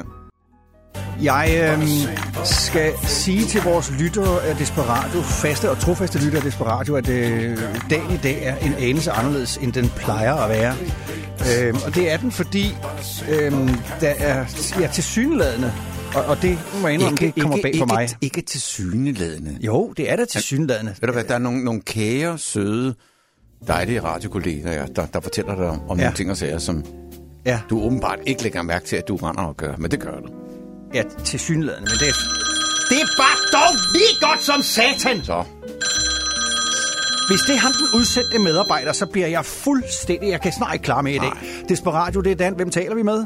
Jeg skal sige til vores lyttere af Desperatio, faste og trofaste lyttere af Desperatio, at dagen i dag er en anelse anderledes, end den plejer at være. Og det er den, fordi der er tilsyneladende, og det må jeg indrømme, det kommer bag for mig. Ikke tilsyneladende. Jo, det er der tilsyneladende. Ved du hvad, der er nogle kære, søde, dejlige radiokollegaer, der fortæller dig om nogle ting og sager, som du åbenbart ikke lægger mærke til, at du render og gør, men det gør du. Ja, tilsyneladende, men det er bare dog lige godt som satan! Så. Hvis det er ham, den udsendte medarbejder, så bliver jeg fuldstændig... Jeg kan snart ikke klare med i dag. Desperatio, det er Dan. Hvem taler vi med?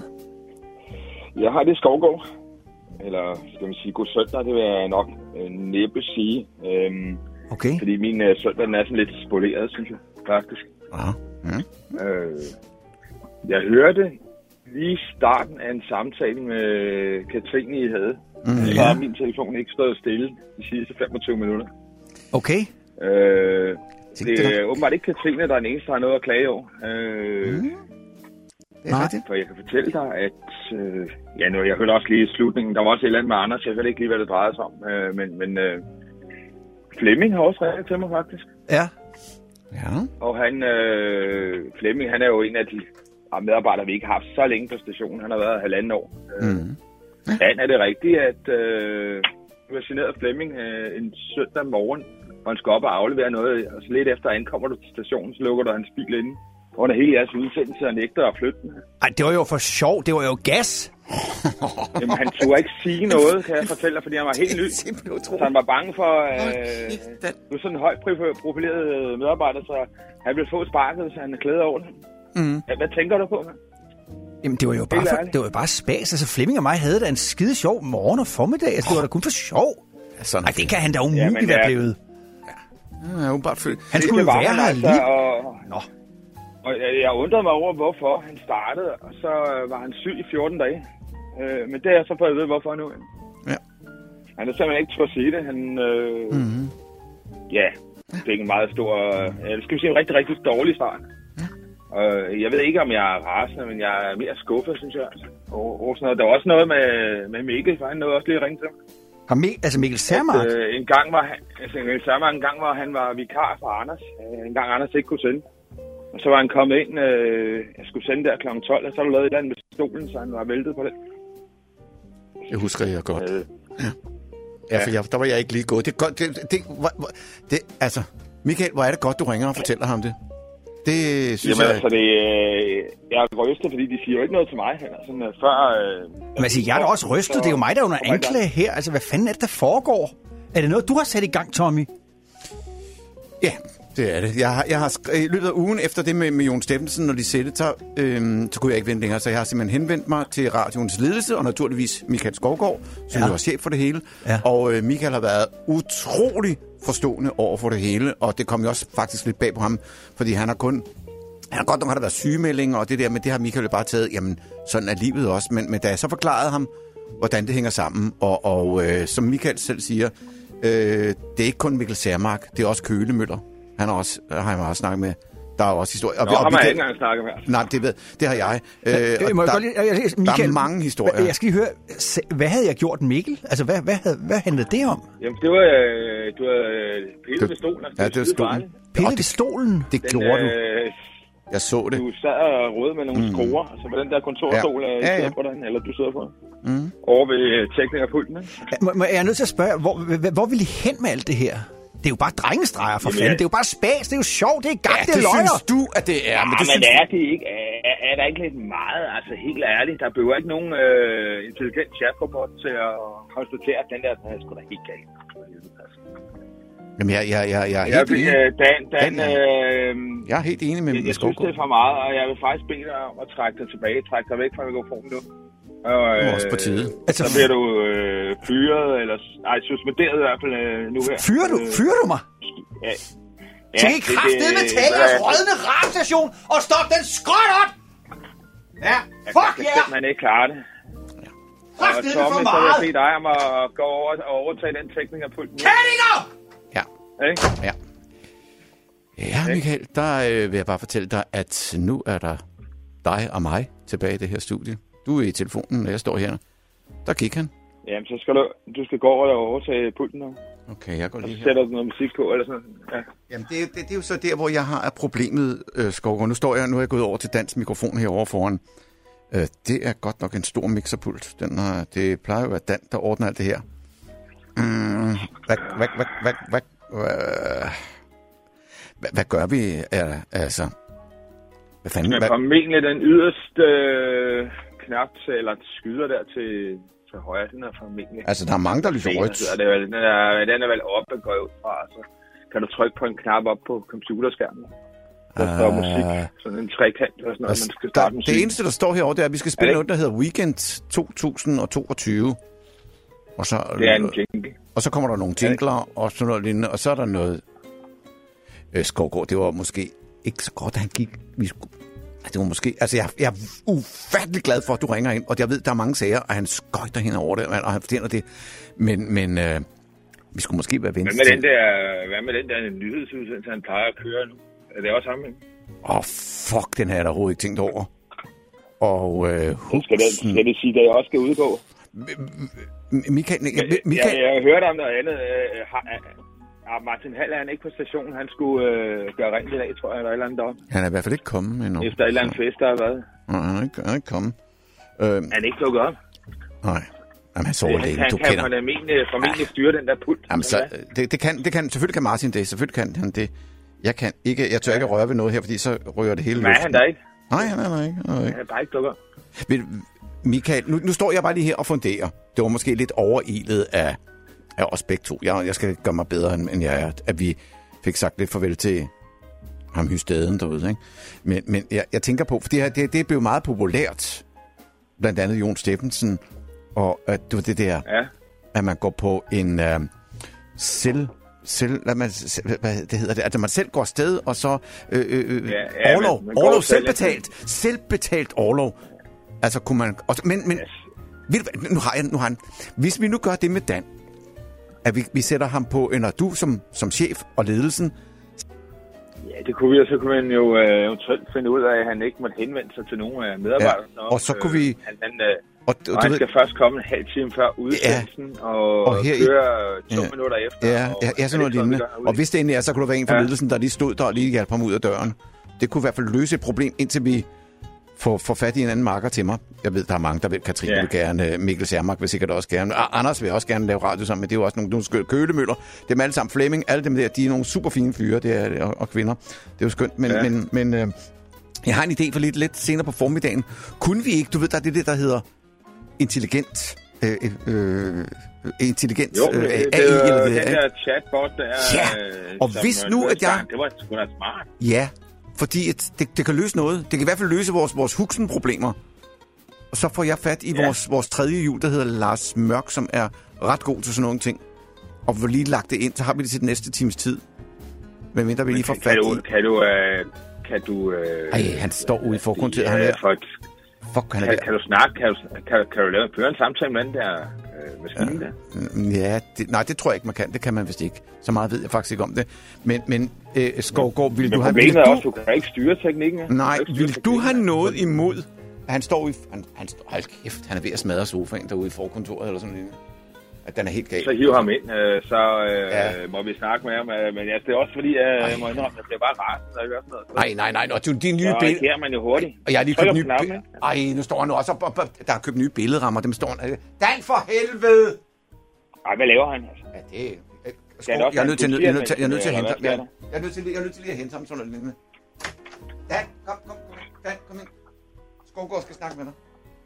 Jeg har det Skovgaard. Eller skal man sige god søndag, det vil jeg nok næppe sige. Okay. Fordi min søndag den er sådan lidt spoleret, synes jeg, faktisk. Aha. Jeg hørte lige starten af en samtale med Katrine, I havde. Så har min telefon ikke stået stille de sidste 25 minutter. Okay. Det er åbenbart ikke Katrine, der er den eneste, der har noget at klage over. For jeg kan fortælle dig, at... jeg hørte også lige i slutningen. Der var også et eller andet med Anders. Jeg ved ikke lige, hvad det drejede sig om. Men Flemming har også ringet til mig, faktisk. Ja. Og Flemming, han er jo en af de medarbejdere, vi ikke har haft så længe på stationen. Han har været 1,5 år. Dan, er det rigtigt, at du har generet Flemming en søndag morgen hvor han skal op og aflevere noget, og så lidt efter ankommer du til stationen, så lukker du hans bil inde. Og under hele jeres udsendelse og nægter at flytte den. Ej, det var jo for sjov. Det var jo gas. Jamen, han turde ikke sige noget, kan jeg fortælle dig, fordi han var helt ny. Så han var bange for, du er sådan en højt profileret medarbejder, så han ville få sparket, så han er klædet over det. Hvad tænker du på, man? Jamen, det var jo bare spas. Altså, Flemming og mig havde da en skide sjov morgen og formiddag. Altså, det var da kun for sjov. Ej, det kan han da umuligt være blevet. Ja, han skulle jo være her lige. Nå. Og jeg undrede mig over, hvorfor han startede, og så var han syg i 14 dage. Men det er jeg så fået at vide, hvorfor nu. Ja. Han er simpelthen ikke til at sige det. Han, ja, det er en meget stor, skal vi sige, en rigtig, rigtig dårlig start. Ja. Jeg ved ikke, om jeg er rasende, men jeg er mere skuffet, synes jeg. Over sådan noget. Der var også noget med Mikkel, for han nåede også lige at ringe til ham. Mikkel Sermark? Mikkel Sermark en gang, hvor han var vikar for Anders. En gang Anders ikke kunne sende. Og så var han kommet ind, jeg skulle sende der kl. 12, og så har du lavet et eller andet med stolen, så han var væltet på det. Det husker jeg godt. Ja, for der var jeg ikke lige gået. Det er godt, altså, Michael, hvor er det godt, du ringer og fortæller ham det. Det synes jeg... altså, jeg er rystet, fordi de siger jo ikke noget til mig. Sådan, før... Men altså, jeg er da også rystet. Det er jo mig, der er under anklage her. Altså, hvad fanden er det, der foregår? Er det noget, du har sat i gang, Tommy? Ja, det er det. Jeg har i løbet af ugen efter det med Jon Steffensen, når de sætte, så kunne jeg ikke vente længere. Så jeg har simpelthen henvendt mig til radioens ledelse, og naturligvis Michael Skovgaard, som jo er chef for det hele. Ja. Og Michael har været utrolig forstående over for det hele, og det kom jo også faktisk lidt bag på ham, fordi han har godt nok har der været sygemeldinger og det der, men det har Michael bare taget, jamen sådan er livet også. Men da jeg så forklarede ham, hvordan det hænger sammen, og som Michael selv siger, det er ikke kun Mikkel Sermark, det er også Kølemøller. Han har også snakket med. Der er også historier. Nå, ham har jeg ikke engang snakket med. Nej, det har jeg. Der er mange historier. Jeg skal lige høre, hvad havde jeg gjort Mikkel? Altså, hvad handlede det om? Jamen, det var, du havde pillet ved stolen. Ja, det var stolen. Pillet ved stolen? Det gjorde du. Jeg så det. Du sad og røde med nogle skruer, altså på den der kontorstol, sidder på den, eller du sidder på den. Over ved teknikerpulten. Jeg er nødt til at spørge, hvor vil I hen med alt det her? Det er jo bare drengestreger for fanden. Det er jo bare spas, det er jo sjovt, det er gang, det er løjer. Synes du, at det er? Men er det ikke? Er der ikke lidt meget, altså helt ærligt? Der behøver ikke nogen intelligent chatrobot til at konstatere, at den der er sgu da helt galt. Jamen, jeg er helt enig. Jeg er helt enig med Jeg synes, det er for meget, og jeg vil faktisk bede dig om at trække dig tilbage. Trække dig væk fra mikrofonen nu. Og, også på tide. Så bliver du fyret, eller suspenderet i hvert fald nu her. Fyrer du mig? Ja. Så I kraftedeme tage jeres rådne radiostation og stop den skråt op! Ja, fuck jer! Jeg kan simpelthen ikke klare det. Kraftedeme for meget! Så vil jeg bede dig om at gå over og overtage den teknik af pulten. Kællinger! Ja. Ja, Michael, der vil jeg bare fortælle dig, at nu er der dig og mig tilbage i det her studie. Du er i telefonen, og jeg står her. Der gik han. Jamen, så skal du skal gå over og overtage pulten nu. Okay, jeg går lige her. Og sætter du noget musik på, eller sådan noget. Ja. Jamen, det er jo så der, hvor jeg har problemet, Skovgaard. Nu er jeg gået over til dansk mikrofon herovre foran. Det er godt nok en stor mixerpult. Det plejer jo at være Dan, der ordner alt det her. Hvad gør vi? Altså... Hvad fanden? Men formentlig den yderste knap eller skyder der til højre, den er formentlig. Altså, der er mange, der lyser rødt. Den er vel oppe og går ud fra, så kan du trykke på en knap op på computerskærmen. Der står musik, sådan en trekant og sådan noget, man skal starte musik. Det eneste, der står herovre, det er, at vi skal spille noget, der hedder Weekend 2022. Og så, det er en jingle. Og så kommer der nogle jingler og sådan noget lignende, og så er der noget... Skovgaard, det var måske ikke så godt, at han gik... Det var måske... Altså, jeg er ufattelig glad for, at du ringer ind, og jeg ved, der er mange sager, og han skøjter hen over det, og han fortjener det. Men vi skulle måske være ventet. Hvad med den der nyhedsudsendelse, han plejer at køre nu? Er det også ham, ikke? Fuck, den har jeg da overhovedet ikke tænkt over. Og skal det sige, at jeg også skal udgå? Michael... Jeg hørte om noget andet. Martin Hall er han ikke på stationen. Han skulle gøre rent i dag, tror jeg, eller et eller andet deroppe. Han er i hvert fald ikke kommet endnu. Efter et eller andet fest, der har været. Nej, han er ikke kommet. Han er ikke dukket op? Nej. Jamen, han sover længe. Han kan formentlig styre den der pult. Jamen, så, det kan, selvfølgelig kan Martin det. Selvfølgelig kan han det. Jeg tør ikke røre ved noget her, fordi så rører det hele. Nej, han der ikke. Nej, han er ikke. Han er bare ikke dukker. Michael, nu står jeg bare lige her og funderer. Det var måske lidt overilet af os begge to. Jeg skal gøre mig bedre, end jeg er. At vi fik sagt lidt farvel til ham hystaden derude, ikke? Men jeg tænker på, for det er blevet meget populært. Blandt andet Jon Steffensen. Og det var det der, at man går på en hvad det hedder det, at man selv går afsted, og så orlov, selvbetalt orlov. Altså kunne man, men nu har han. Hvis vi nu gør det med Dan, at vi sætter ham på, eller du som chef og ledelsen. Ja, det kunne vi, og så kunne man jo eventuelt finde ud af, at han ikke måtte henvende sig til nogen af medarbejderne. Ja, og så kunne vi... Han skal først komme en halv time før udsendelsen, og køre 2 minutter efter. Ja, sådan noget lignende. Og hvis det endelig er, så kunne der være en fra ledelsen, der lige stod der og lige hjalp ham ud af døren. Det kunne i hvert fald løse et problem, indtil vi får fat i en anden marker til mig. Jeg ved, der er mange, der vil. Katrine vil gerne, Mikkel Schermark vil sikkert også gerne. Anders vil også gerne lave radio sammen, men det er jo også nogle skønne Kølemøller. Dem alle sammen, Flemming, alle dem der, de er nogle super fine fyre, det er, og kvinder. Det er jo skønt, men jeg har en idé for lidt senere på formiddagen. Kunne vi ikke, du ved, der er det der hedder intelligent AI, eller den der chatbot, der og hvis nu, at jeg... Det var sgu da smart. Ja, fordi det kan løse noget. Det kan i hvert fald løse vores huksen-problemer. Og så får jeg fat i vores tredje hjul, der hedder Lars Mørk, som er ret god til sådan nogle ting. Og vi lige lagt det ind, så har vi det til den næste times tid. Men mindre vi lige får fat i... Kan du... han står ude i forkontoret. Kan du snakke? Kan du føre en samtale med den der maskine der? Det tror jeg ikke, man kan. Det kan man vist ikke. Så meget ved jeg faktisk ikke om det. Men Skovgaard, vil du have... Problemet er også, du kan ikke styre teknikken. Nej, vil du have noget imod, at han står i... Hold kæft, han er ved at smadre sofaen derude i forkontoret eller sådan noget. At den er helt gal. Så hiver ham ind, må vi snakke med ham. Men det er også fordi, jeg må indrømme, at det er bare rart, når jeg gør sådan noget. Nej. Og de nye billeder... Så reagerer man jo hurtigt. Og jeg har lige købt nye billeder. Nu står han også op. Der har købt nye billedrammer. Dem står han... Dan for helvede! Ej, hvad laver han? Altså? Ja, det er... Jeg er nødt til at hente ham. Jeg er nødt til lige at hente ham sådan noget lignende. Dan, kom ind. Skovgaard skal snakke med dig.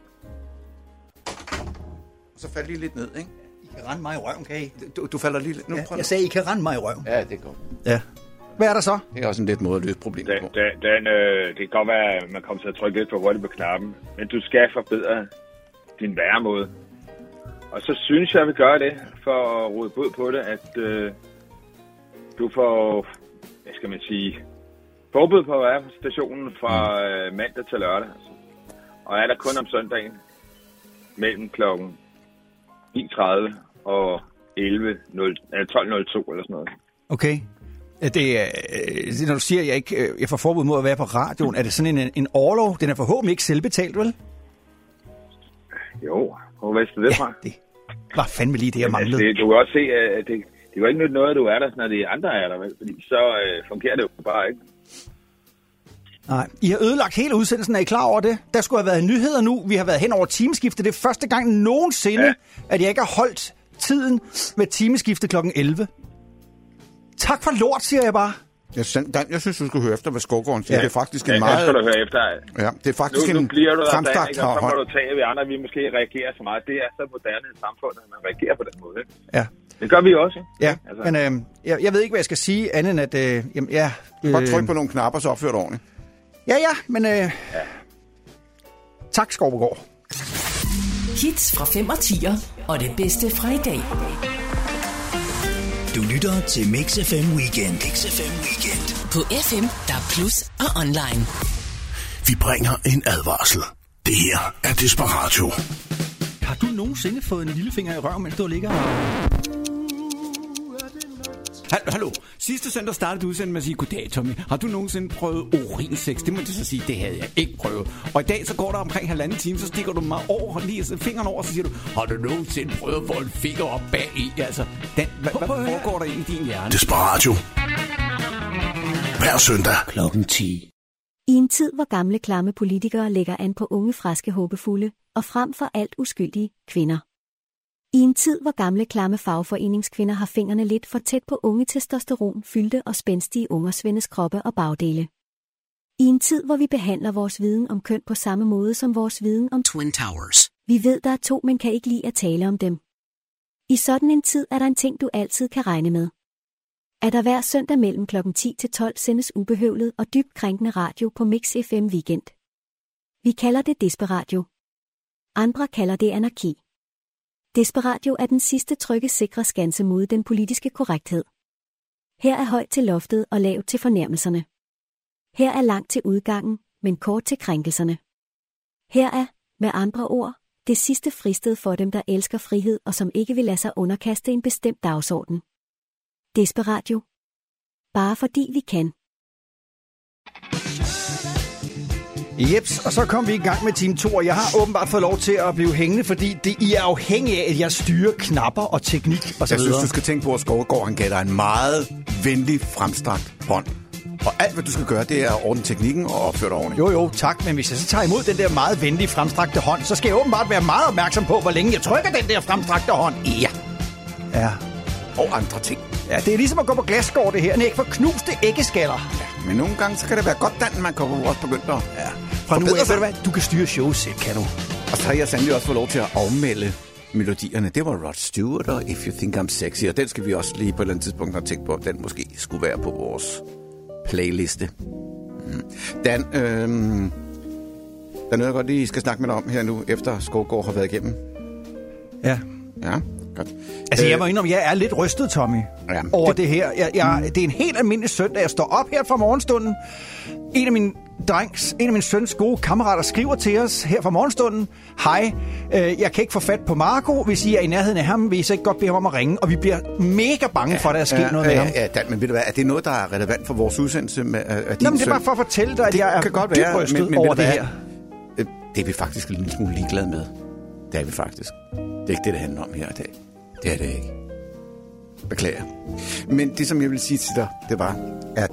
Og så falder lige lidt ned, ikke? I kan rende mig i røven, kan I? Du falder lige lidt. Jeg sagde, I kan rende mig i røven. Ja, det går. Ja. Hvad er der så? Det er også en lidt måde at løse problemet på. Det kan godt være, at man kommer til at trykke lidt for hurtigt på knappen, men du skal forbedre din væremåde. Og så synes jeg, at vi gør det, for at råde bod på det, at du får, hvad skal man sige, forbud på at være på stationen fra mandag til lørdag. Altså. Og er der kun om søndagen mellem klokken 9:30 og 12:02 eller sådan noget. Okay. Det er, når du siger, at jeg får forbud mod at være på radioen, er det sådan en orlov? Den er forhåbentlig ikke selvbetalt, vel? Jo, hvor vidste du det fra? Det var fandme lige det, jeg manglede. Du kan også se, at det er jo ikke noget, du er der, når de andre er der, vel? Fordi så fungerer det jo bare ikke. Nej, I har ødelagt hele udsendelsen, er I klar over det? Der skulle have været nyheder nu. Vi har været hen over timeskiftet. Det er første gang nogensinde, at jeg ikke har holdt tiden med timeskiftet kl. 11. Tak for lort, siger jeg bare. Jeg synes, du skal høre efter, hvad Skovgaard siger. Det er faktisk en meget... Ja, skal du høre efter. Ja, det er faktisk en fremstrakt hånd. Så må du tage, at vi andre vi måske reagerer så meget. Det er så moderne et samfund, at man reagerer på den måde. Ikke? Ja. Det gør vi også. Ja, altså. Men jeg ved ikke, hvad jeg skal sige, andet end at... Bare tryk på nogle knapper, så opfør det ordentligt. Ja, men... Tak, Skovgaard. Hits fra 5 og 10'er, og det bedste fra i dag. Du lytter til Mix FM Weekend. Mix FM Weekend. På FM, der er plus og online. Vi bringer en advarsel. Det her er Desperatio. Har du nogensinde fået en lillefinger i røven, mens du ligger Hallo. Sidste søndag startede udsendelsen med at sige, goddag Tommy, har du nogensinde prøvet urinsex? Det må du så sige, det havde jeg ikke prøvet. Og i dag så går der omkring 1,5 time, så stikker du mig over, lige fingeren over, så siger du, har du nogensinde prøvet at få en finger op bag i? Altså, hvad foregår der i din hjerne? Desperatio. Hver søndag klokken 10. I en tid, hvor gamle klamme politikere lægger an på unge, friske, håbefulde og frem for alt uskyldige kvinder. I en tid, hvor gamle klamme fagforeningskvinder har fingrene lidt for tæt på unge testosteron-fyldte og spændstige ungersvendes kroppe og bagdele. I en tid, hvor vi behandler vores viden om køn på samme måde som vores viden om Twin Towers. Vi ved, der er to, men kan ikke lide at tale om dem. I sådan en tid er der en ting, du altid kan regne med. At der hver søndag mellem kl. 10 til 12 sendes ubehøvlet og dybt krænkende radio på Mix FM Weekend. Vi kalder det Desperadio. Andre kalder det anarki. Desperadio er den sidste trygge sikre skanse mod den politiske korrekthed. Her er højt til loftet og lavt til fornærmelserne. Her er langt til udgangen, men kort til krænkelserne. Her er, med andre ord, det sidste fristed for dem, der elsker frihed og som ikke vil lade sig underkaste en bestemt dagsorden. Desperadio. Bare fordi vi kan. Jeps, og så kom vi i gang med time 2, og jeg har åbenbart fået lov til at blive hængende, fordi I er afhængige af, at jeg styrer knapper og teknik og så videre. Jeg synes, du skal tænke på, at Skovgaard han gav dig en meget venlig fremstrakt hånd. Og alt, hvad du skal gøre, det er at ordne teknikken og opføre dig ordentligt. Jo, tak, men hvis jeg så tager imod den der meget venlige fremstrakte hånd, så skal jeg åbenbart være meget opmærksom på, hvor længe jeg trykker den der fremstrakte hånd. Ja. Og andre ting. Ja, det er ligesom at gå på glasskår, det her. Ikke for knuste æggeskaller. Ja, men nogle gange, så kan det være godt, Dan, man kan også begynde at... Ja. Fra nu af, ved du hvad, du kan styre showet selv, kan du. Og så har jeg sandelig også fået lov til at afmelde melodierne. Det var Rod Stewart og If You Think I'm Sexy, og den skal vi også lige på et eller andet tidspunkt have tænkt på, at den måske skulle være på vores playliste. Dan, der er noget, jeg godt lige skal snakke med dig om her nu, efter Skovgaard har været igennem. Ja. Ja, godt. Altså, jeg må indrømme, jeg er lidt rystet, Tommy, over det her. Det er en helt almindelig søndag. Jeg står op her fra morgenstunden. En af min søns gode kammerater skriver til os her fra morgenstunden. Hej, jeg kan ikke få fat på Marco. Hvis I er i nærheden af ham, vil I så ikke godt bede ham om at ringe. Og vi bliver mega bange for, at der er sket noget med ham. Ja, Dan, men ved du hvad, er det noget, der er relevant for vores udsendelse med din søn? Det er bare for at fortælle dig, at jeg er dybt rystet over det her. Det er vi faktisk en lille smule ligeglade med. Det er vi faktisk. Det er ikke det handler om her i dag. Det er det ikke. Beklager. Men det, som jeg vil sige til dig, det var, at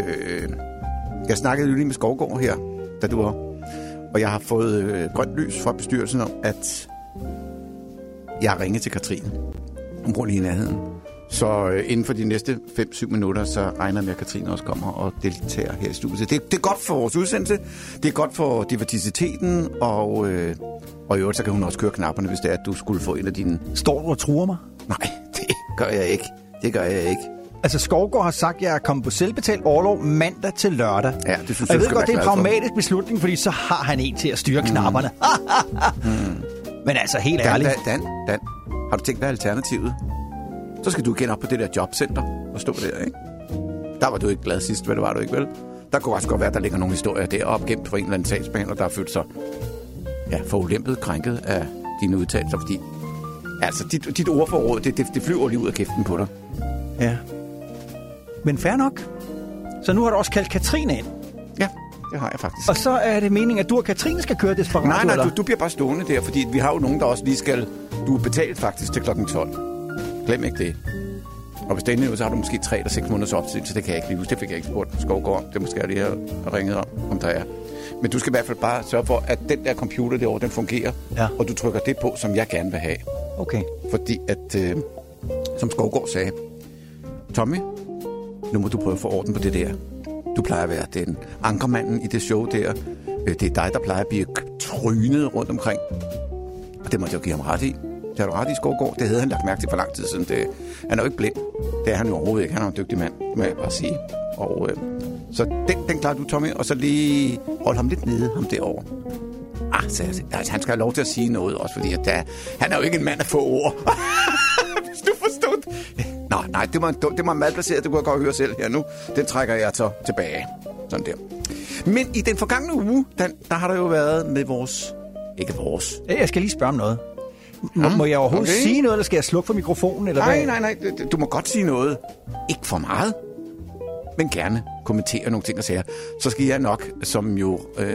jeg snakkede jo lige med Skovgaard her, da du var. Og jeg har fået grønt lys fra bestyrelsen om, at jeg har ringet til Katrine. Hun bor lige i nærheden. Så inden for de næste 5-7 minutter, så regner jeg med, at Katrine også kommer og deltager her i studiet. Det er godt for vores udsendelse. Det er godt for diversiteten, og i øvrigt, så kan hun også køre knapperne, hvis det er, at du skulle få en af dine... Står du og truer mig? Nej, det gør jeg ikke. Det gør jeg ikke. Altså, Skovgaard har sagt, at jeg er kommet på selvbetalt orlov mandag til lørdag. Ja, det synes jeg ved godt, det er en pragmatisk beslutning, fordi så har han en til at styre knapperne. Men altså, helt ærligt. Dan, har du tænkt dig alternativet? Så skal du igen op på det der jobcenter og stå der, ikke? Der var du ikke glad sidst, hvad det var du ikke, vel? Der kunne også godt være, at der ligger nogle historier deroppe gemt for en eller anden sagsbehandler, der har følt sig forulæmpet, krænket af dine udtalelser, fordi altså, dit ordforråd, det flyver lige ud af kæften på dig. Ja. Men fair nok. Så nu har du også kaldt Katrine ind. Ja, det har jeg faktisk. Og så er det meningen, at du og Katrine skal køre Desperadio? Nej, du bliver bare stående der, fordi vi har jo nogen, der også lige skal... Du er betalt faktisk til klokken 12. Glem ikke det. Og hvis det er så har du måske 3 eller 6 måneders opsyn, så det kan jeg ikke lige huske. Det fik jeg ikke spurgt Skovgaard om. Det måske jeg lige have ringet om der er. Men du skal i hvert fald bare sørge for, at den der computer derovre, den fungerer. Ja. Og du trykker det på, som jeg gerne vil have. Okay. Fordi at, som Skovgaard sagde, Tommy, nu må du prøve at få orden på det der. Du plejer at være den ankermanden i det show der. Det er dig, der plejer at blive trynet rundt omkring. Og det må jeg jo give ham ret i. Det har du ret i, Skovgaard. Det havde han lagt mærke til for lang tid siden. Han er jo ikke blind. Det er han jo overhovedet ikke. Han er en dygtig mand, må jeg bare sige. Og, så den klarer du, Tommy. Og så lige hold ham lidt nede, ham derovre. Så altså, han skal have lov til at sige noget også, fordi at, han er jo ikke en mand af få ord. Hvis du forstod. Nej, det var malplaceret. Det kunne jeg godt høre selv her nu. Den trækker jeg så tilbage. Sådan der. Men i den forgangne uge, der har der jo været med vores... Ikke vores. Jeg skal lige spørge om noget. Må jeg overhovedet sige noget, eller skal jeg slukke for mikrofonen? Eller Nej. Du må godt sige noget. Ikke for meget, men gerne kommentere nogle ting og sager. Så skal jeg nok, som jo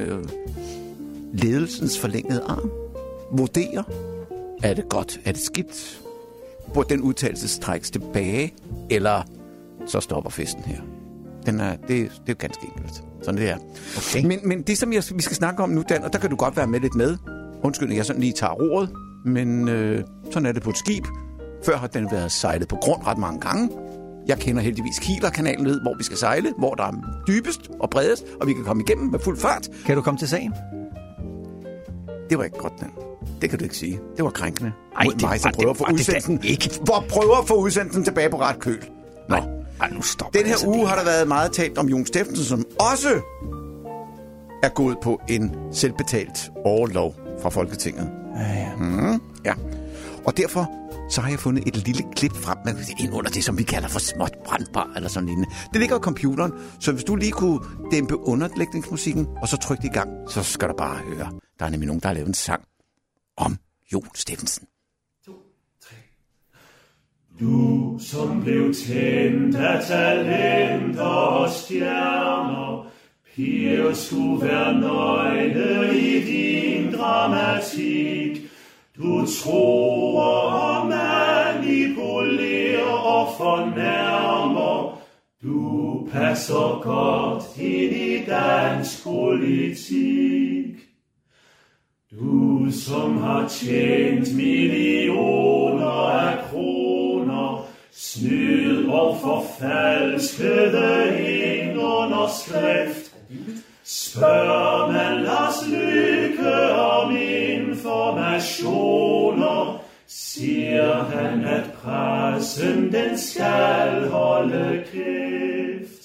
ledelsens forlængede arm, vurdere, er det godt, er det skidt? Hvor den udtalelse trækkes tilbage, eller så stopper festen her. Det er jo ganske enkelt. Sådan det er. Okay. Men det, som vi skal snakke om nu, Dan, og der kan du godt være med lidt med. Undskyld, jeg sådan lige tager ordet. men sådan er det på et skib. Før har den været sejlet på grund ret mange gange. Jeg kender heldigvis Kieler-kanalen, ved, hvor vi skal sejle, hvor der er dybest og bredest, og vi kan komme igennem med fuld fart. Kan du komme til sagen? Det var ikke godt, Dan. Det kan du ikke sige. Det var krænkende. Ej, mod mig, som prøver at få udsendelsen ikke. Prøver at få udsendelsen tilbage på ret køl. Nå. Ej, nu stop. Den her uge har der været meget talt om Jon Steffensen, som også er gået på en selvbetalt orlov fra Folketinget. Ja. Og derfor så har jeg fundet et lille klip frem med ind under det, som vi kalder for småt brandbar eller sådan lignende. Det ligger i computeren, så hvis du lige kunne dæmpe underlægningsmusikken og så trykke det i gang, så skal du bare høre. Der er nemlig nogen, der har lavet en sang om Jon Steffensen. 2, 3. Du, som blev tændt af talenter og stjerner, piger skulle være nøgne i din dramatik. Du tror og manipulerer og fornærmer. Du passer godt ind i dansk politik. Du, som har tjent millioner af kroner, snyd og forfalskede en underskrift. Spørg man Lars Løkke om informationer, siger han, at pressen den skal holde kæft.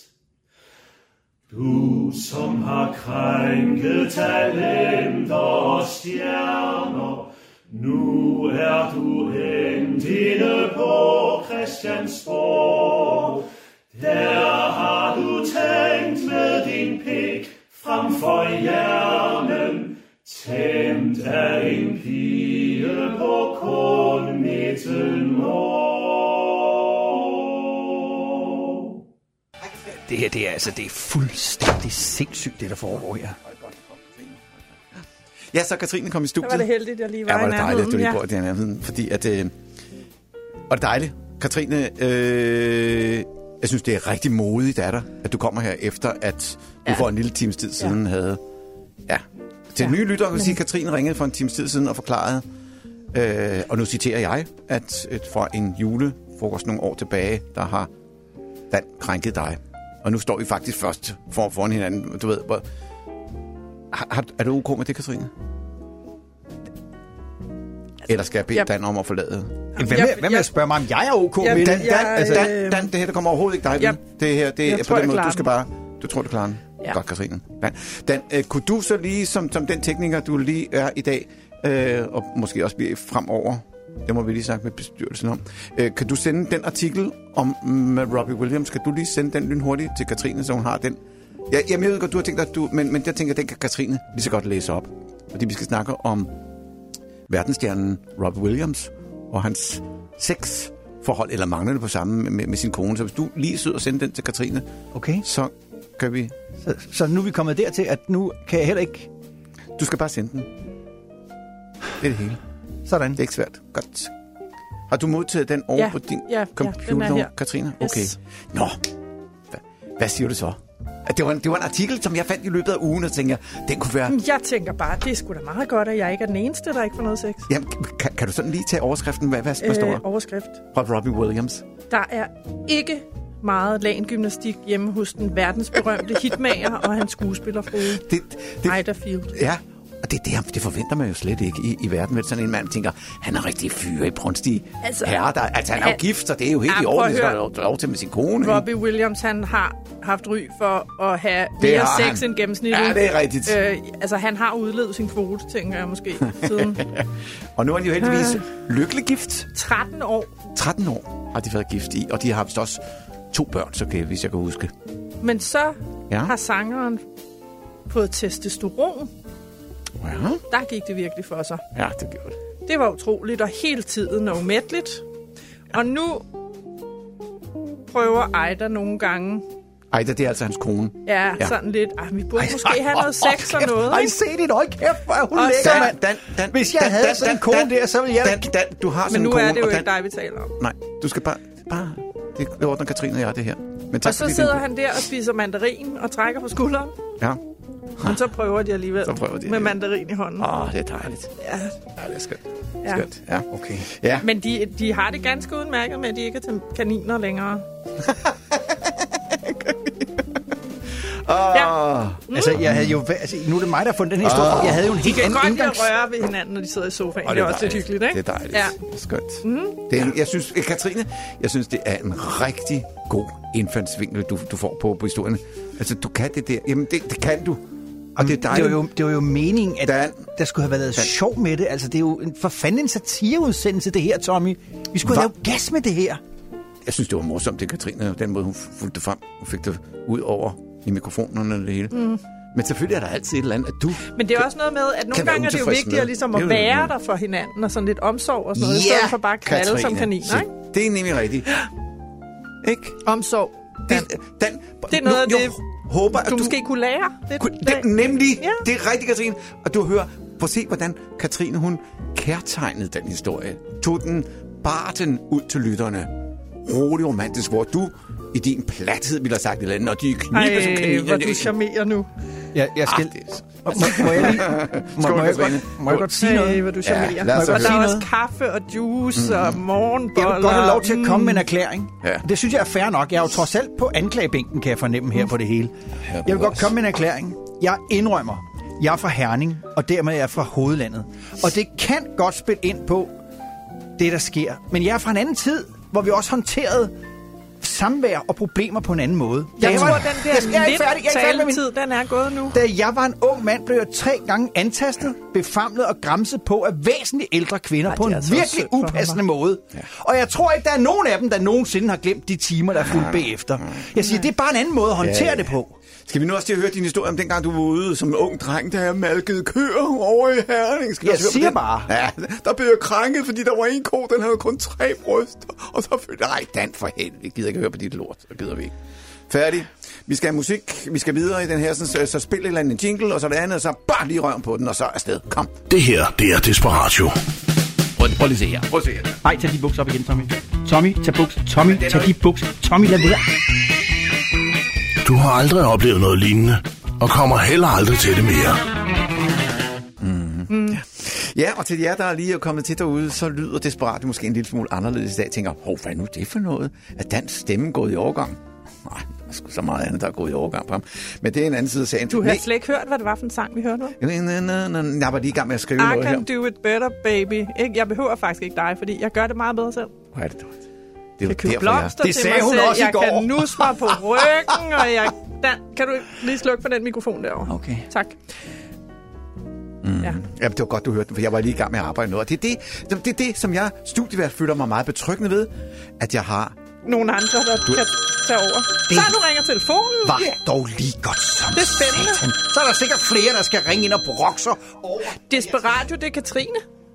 Du, som har krænket talenter og stjerner, nu er du endt inde på Christiansborg. Der har du tænkt med din pik frem for hjernen, tændt af en pige på kun 19 år. Det her, det er fuldstændig sindssygt, det der foregår her. Ja, så Katrine kom i studiet. Så var det heldigt, jeg lige var i nærheden. Ja, var det dejligt, at du lige bor i den nærheden, fordi at... Og det er dejligt. Katrine, jeg synes, det er rigtig modigt af dig, at du kommer her efter, at du for en lille times tid siden havde... Ja, til nye lyttere kan sige, at Katrine ringede for en times tid siden og forklarede, og nu citerer jeg, at fra en julefrokost nogle år tilbage, der har Dan krænket dig. Og nu står vi faktisk først foran hinanden. Du ved, er du ok med det, Katrine? Eller skal jeg bede Dan om at forlade? Hvad med at spørge mig, om jeg er ok med det? Dan, det her, der kommer overhovedet ikke dig ved. Det her, det er på den måde, du skal bare... Du tror, du klarer den? Ja. Godt, Katrine. Dan, kunne du så lige, som den tekniker, du lige er i dag, og måske også bliver fremover, det må vi lige snakke med bestyrelsen om, kan du sende den artikel om Robbie Williams, kan du lige sende den lynhurtigt til Katrine, så hun har den? Jeg ved godt, du har tænkt, at men jeg tænker, den kan Katrine lige så godt læse op. Fordi vi skal snakke om verdensstjernen Robbie Williams og hans sexforhold, eller manglende på samme med sin kone. Så hvis du lige søger og sende den til Katrine, okay, så kan vi... Så nu er vi kommet dertil, at nu kan jeg heller ikke... Du skal bare sende den. Det er det hele. Sådan. Det er ikke svært. Godt. Har du modtaget den over på din computer, Katrine? Okay. Yes. Nå, hvad siger du så? Det var en artikel, som jeg fandt i løbet af ugen, og tænker, den kunne være... Jeg tænker bare, det er sgu da meget godt, at jeg ikke er den eneste, der ikke får noget sex. Jamen, kan du sådan lige tage overskriften? Hvad står der? Overskrift. Fra Robbie Williams. Der er ikke meget lagengymnastik hjemme hos den verdensberømte hitmager og hans skuespillerfrue, Ida Field. Ja, og det forventer man jo slet ikke i verden, med sådan en mand tænker, han er rigtig fyre i brunstige herre. Han er jo gift, så det er jo helt i orden, så er lov til med sin kone. Robbie Williams, han har haft ry for at have mere sex end gennemsnittet. Ja, det er rigtigt. Han har udlevet sin kvote, tænker jeg måske, siden. Og nu er han jo heldigvis lykkelig gift. 13 år. 13 år har de været gift i, og de har haft også 2 børn, så hvis jeg kan huske. Men så har sangeren fået testosteron. Ja. Der gik det virkelig for sig. Ja, det gjorde det. Det var utroligt, og hele tiden og umætteligt. Ja. Og nu prøver Ida nogle gange... Ida, det er altså hans kone. Ja, sådan lidt. Vi burde måske have noget sex og noget. Ej, se dit øje, kæft, hvor er hun lækker, mand. Hvis jeg havde sådan en kone der, så ville jeg... Dan, du har sådan en kone. Men nu er det jo ikke dig, vi taler om. Nej, du skal bare... Det ordner Katrine og jeg, det her. Men og så sidder han der og spiser mandarin og trækker på skulderen. Ja. Men så prøver de alligevel med mandarin i hånden. Det er dejligt. Ja. Det er skønt. Ja. Skønt. Ja. Okay. Ja. Men de har det ganske udmærket med, at de ikke er til kaniner længere. Altså, jeg havde jo... Altså, nu er det mig, der har fundet den her historie. Jeg havde jo en helt anden indgangs... De kan godt lide at røre ved hinanden, når de sidder i sofaen. Det er også lidt hyggeligt, ikke? Det er dejligt. Ja. Skønt. Jeg synes, Katrine, det er en rigtig god indfaldsvinkel, du får på historien. Altså, du kan det der. Jamen, det kan du. Og det er dejligt. Det var jo meningen, at der skulle have været sjov med det. Altså, det er jo for fanden en satireudsendelse, det her, Tommy. Vi skulle have lavet gas med det her. Jeg synes, det var morsomt, det Katrine, den måde, hun fulgte det frem. Hun fik det ud over i mikrofonerne og det hele. Men selvfølgelig er der altid et eller andet, at du... Men det er også noget med, at nogle gange er det jo vigtigt ligesom at være der for hinanden, og sådan lidt omsorg og sådan noget, i stedet for bare at knalde som kaniner, ikke? Det er nemlig rigtigt. Ikke? Omsorg. Det er noget af det, håber, du måske kunne lære. Nemlig. Ja. Det er rigtigt, Katrine. Og du hører, prøv at se, hvordan Katrine, hun kærtegnede den historie. Tog den, bar den ud til lytterne. Rolig romantisk, hvor du i din plathed ville have sagt et eller andet, og de kniber som kaniner. Hvor du charmerer nu. Jeg skal... Må jeg godt sige noget? Hvor du charmerer. Ja, og der er også kaffe og juice og morgenboller. Jeg vil godt have lov til at komme med en erklæring. Ja. Det synes jeg er fair nok. Jeg er jo trods alt på anklagebænken, kan jeg fornemme her på det hele. Jeg vil godt komme med en erklæring. Jeg indrømmer, jeg er fra Herning, og dermed er jeg fra hovedlandet. Og det kan godt spille ind på det, der sker. Men jeg er fra en anden tid, hvor vi også håndterede samvær og problemer på en anden måde. Jeg tror, den der taletid, den er gået nu. Da jeg var en ung mand, blev jeg 3 gange antastet, befamlet og gramset på af væsentligt ældre kvinder på en virkelig upassende måde. Ja. Og jeg tror ikke, der er nogen af dem, der nogensinde har glemt de timer, der er fulgt bagefter. Jeg siger, det er bare en anden måde at håndtere det på. Skal vi nu også til at høre din historie om dengang, du var ude som en ung dreng, der malkede køer over i Herning? Jeg siger bare. Ja, der blev jeg krænket, fordi der var en ko, den havde kun 3 bryster. Og så følte jeg, Dan for helvede, jeg gider ikke høre på dit lort. Så gider vi ikke. Færdig. Vi skal have musik. Vi skal videre i den her, så spil et eller andet jingle, og så det andet, og så bare lige røven på den, og så afsted. Kom. Det her, det er Desperatio. Prøv lige se her. Nej, tag de bukser op igen, Tommy. Tommy, tag bukser. Tommy, tag de bukser. Tommy, lad være. Du har aldrig oplevet noget lignende, og kommer heller aldrig til det mere. Ja, og til jer, der er lige kommet til derude, så lyder Desperatio måske en lille smule anderledes i dag. Jeg tænker, hvad er nu det for noget? Er dansk stemme gået i overgang? Nej, der er sgu så meget andet, der er gået i overgang på ham. Men det er en anden side af sagen. Du har slet ikke hørt, hvad det var for en sang, vi hørte nu? Jeg var lige i gang med at skrive noget her. I can do it better, baby. Jeg behøver faktisk ikke dig, fordi jeg gør det meget bedre selv. Hvor er det dårligt? Det er jo derfor, det sagde hun også i går. Jeg kan nusse mig på ryggen, og kan du lige slukke for den mikrofon derovre? Okay. Tak. Ja. Jamen, det var godt, du hørte den, for jeg var lige i gang med at arbejde noget. Og det er det, som jeg studievært føler mig meget betryggende ved, at jeg har nogle andre, der kan tage over. Så nu ringer telefonen. Var dog lige godt som det er spændende. Satan. Så er der sikkert flere, der skal ringe ind og brokser over. Desperatio, det er Katrine.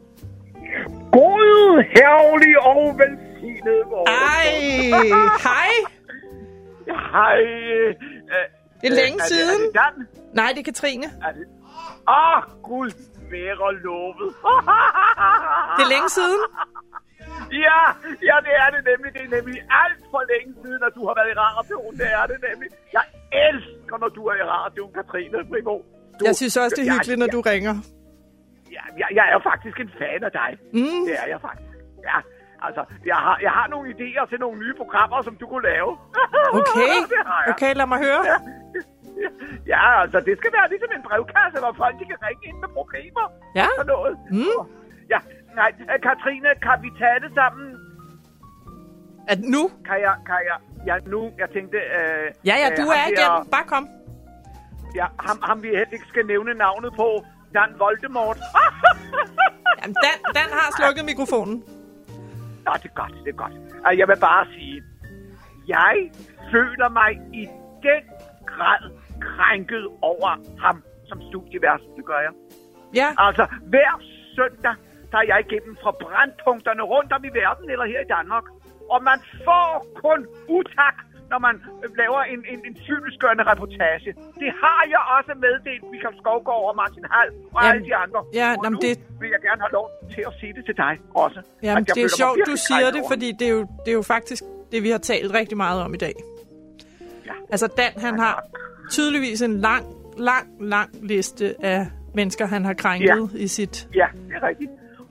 God, herlig og velsignet morgen. Hej. Hej. Det er længe siden. Er det Dan? Nej, det er Katrine. Gud være lovet. Det er længe siden. Ja, det er det nemlig. Det er nemlig alt for længe siden, at du har været i radioen. Det er det nemlig. Jeg elsker, når du er i radioen, Katrine Fribo. Jeg synes også, det er hyggeligt, når du ringer. Ja, jeg er jo faktisk en fan af dig. Det er jeg faktisk. Ja, altså, jeg har nogle idéer til nogle nye programmer, som du kunne lave. Okay, lad mig høre. Ja, altså, det skal være ligesom en brevkasse, hvor folk de kan ringe ind med problemer. Ja. Og noget. Ja, nej, Katrine, kan vi tage det sammen? At nu? Kan jeg? Ja, nu. Jeg tænkte... du er igen. Bare kom. Ja, ham vi helt ikke skal nævne navnet på. Dan Voldemort. Jamen, Dan har slukket mikrofonen. Nå, det er godt, det er godt. Altså, jeg vil bare sige, jeg føler mig i den grad krænket over ham som studievært. Det gør jeg. Ja. Altså, hver søndag tager jeg igennem fra brandpunkterne rundt om i verden eller her i Danmark. Og man får kun utak, når man laver en fyldestgørende reportage. Det har jeg også meddelt Michael Skovgaard og Martin Hall og alle de andre. Ja, og nu vil jeg gerne have lov til at sige det til dig også. Jamen, det er sjovt, du siger det, fordi det er jo faktisk det, vi har talt rigtig meget om i dag. Ja. Altså, Dan, han har tydeligvis en lang liste af mennesker, han har krænket i sit... Ja, det er rigtigt.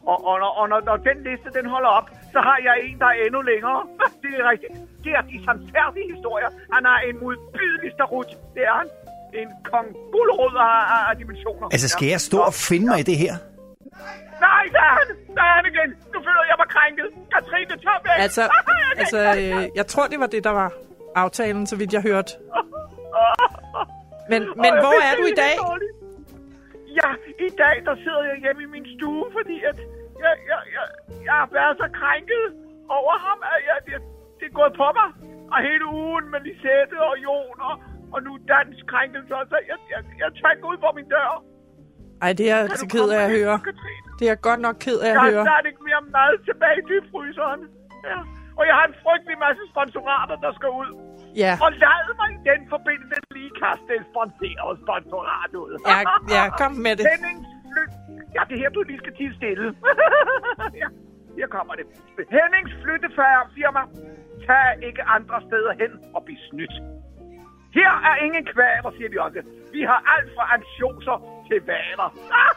Og når den liste, den holder op, så har jeg en, der er endnu længere. Det er rigtigt. Det er de sandfærdige historier. Han er en modbydelig starut. Det er han. En kong guldrød af dimensioner. Altså, skal jeg stå og finde mig i det her? Nej, der er han. Der er han igen. Nu føler jeg mig krænket. Katrine, tør væk. Altså, jeg tror, det var det, der var aftalen, så vidt jeg hørte. Men hvor er du i dag? Ja, i dag, der sidder jeg hjemme i min stue, fordi at jeg har været så krænket over ham, at det er gået på mig. Og hele ugen med Lisette og Jon og nu dansk krænkelser, så jeg tør ikke ud på min dør. Ej, det er jeg så ked af at høre. Det er jeg godt nok ked af at høre. Jeg har snart ikke mere mad tilbage i dybfryseren. Ja. Og jeg har en frygtelig masse sponsorater, der skal ud. Ja. Og lad mig i den forbindelse lige kaste et sponsoreret sponsorat ud. Ja, kom med det. Ja, det er her, du lige skal tie stille. Ja, her kommer det. Hennings flyttefirma. Tag ikke andre steder hen og bliv snydt. Her er ingen kvaler, siger de også. Vi har alt fra ansjoser til valer.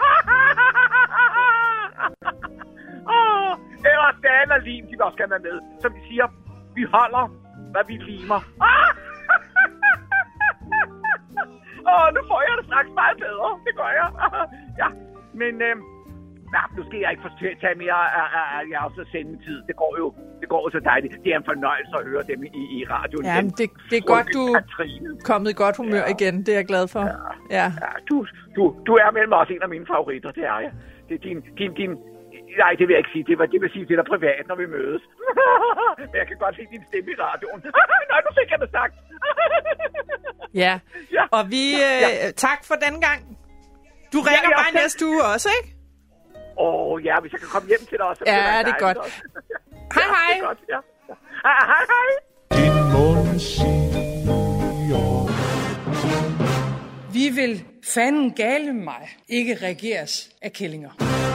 Eller Dan og Lim, de også skal være med. Som de siger, vi holder, hvad vi limer. Nu får jeg det straks meget bedre. Det gør jeg. Ja, men nu skal jeg ikke tage mere af jeres sendetid. Det går jo så dejligt. Det er en fornøjelse at høre dem i radioen. Ja, men det er godt, du er kommet i godt humør igen. Det er jeg glad for. Ja. Du er mellem os en af mine favoritter, det er jeg. Det er din nej, det vil jeg ikke sige. Det vil sige, det er privat, når vi mødes. Men jeg kan godt lide din stemme i radioen. Nej, nu fik jeg det sagt. Ja, og vi... Tak for den gang. Du ringer mig næste uge også, ikke? Ja, hvis jeg kan komme hjem til dig også. Ja, det er godt. Hej, hej. Det er godt, ja. Hej, hej. Din mund siger... Vi vil fanden gale mig ikke regeres af kællinger.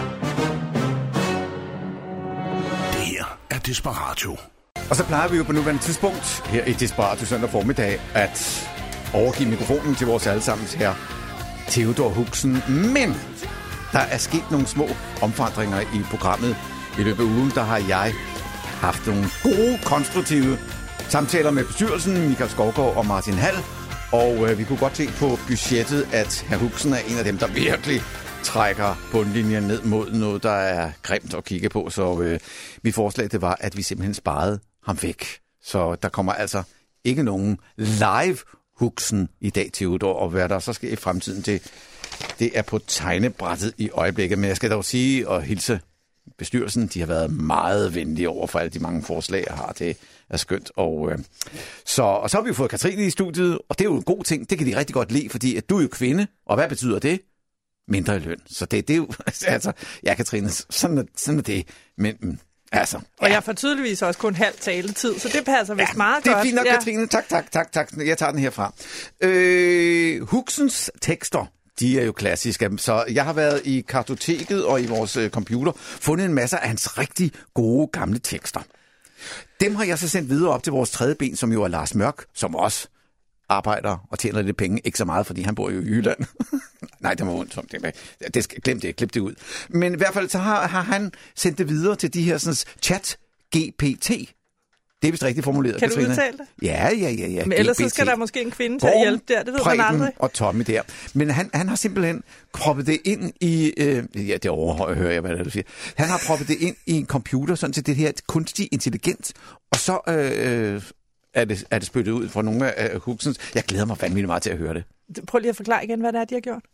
Det her er Desperatio. Og så plejer vi jo på nuværende tidspunkt her i Desperatio søndag formiddag at overgive mikrofonen til vores allesammens her Theodor Huxen. Men der er sket nogle små omforandringer i programmet. I løbet af ugen, der har jeg haft nogle gode, konstruktive samtaler med bestyrelsen, Michael Skovgaard og Martin Hall. Og vi kunne godt se på budgettet, at herr Huxen er en af dem, der virkelig trækker bundlinjen ned mod noget, der er grimt at kigge på. Så mit forslag, det var, at vi simpelthen sparede ham væk. Så der kommer altså ikke nogen live Huxen i dag, Theodor, og hvad der så sker i fremtiden, det er på tegnebrættet i øjeblikket. Men jeg skal dog sige og hilse bestyrelsen, de har været meget venlige over for alle de mange forslag, jeg har. Det er skønt. Og så har vi jo fået Katrine i studiet, og det er jo en god ting. Det kan de rigtig godt lide, fordi at du er jo kvinde, og hvad betyder det? Mindre i løn. Så det er jo... altså, ja, Katrine, sådan er det. Men altså... Og jeg får tydeligvis også kun halv taletid, så det passer vist meget godt. Det er fint nok, Katrine. Tak. Jeg tager den herfra. Huxens tekster, de er jo klassiske. Så jeg har været i kartoteket og i vores computer fundet en masse af hans rigtig gode gamle tekster. Dem har jeg så sendt videre op til vores tredje ben, som jo er Lars Mørk, som også arbejder og tjener lidt penge. Ikke så meget, fordi han bor jo i Jylland. Nej, det må ondt om det. Klip det ud. Men i hvert fald så har han sendt det videre til de her sådan, chat-GPT. Det er vist rigtigt formuleret, Kan Katrine. du udtale det? Ja. Men ellers så skal der måske en kvinde til at hjælpe der. Det ved man aldrig. Og Tommy der. Men han har simpelthen proppet det ind i... det overhører jeg, hvad det er, du siger. Han har proppet det ind i en computer, sådan til det her kunstig intelligens. Og så er det spyttet ud fra nogle af Huxens. Jeg glæder mig vanvittigt meget til at høre det. Prøv lige at forklare igen, hvad det er, de har gjort.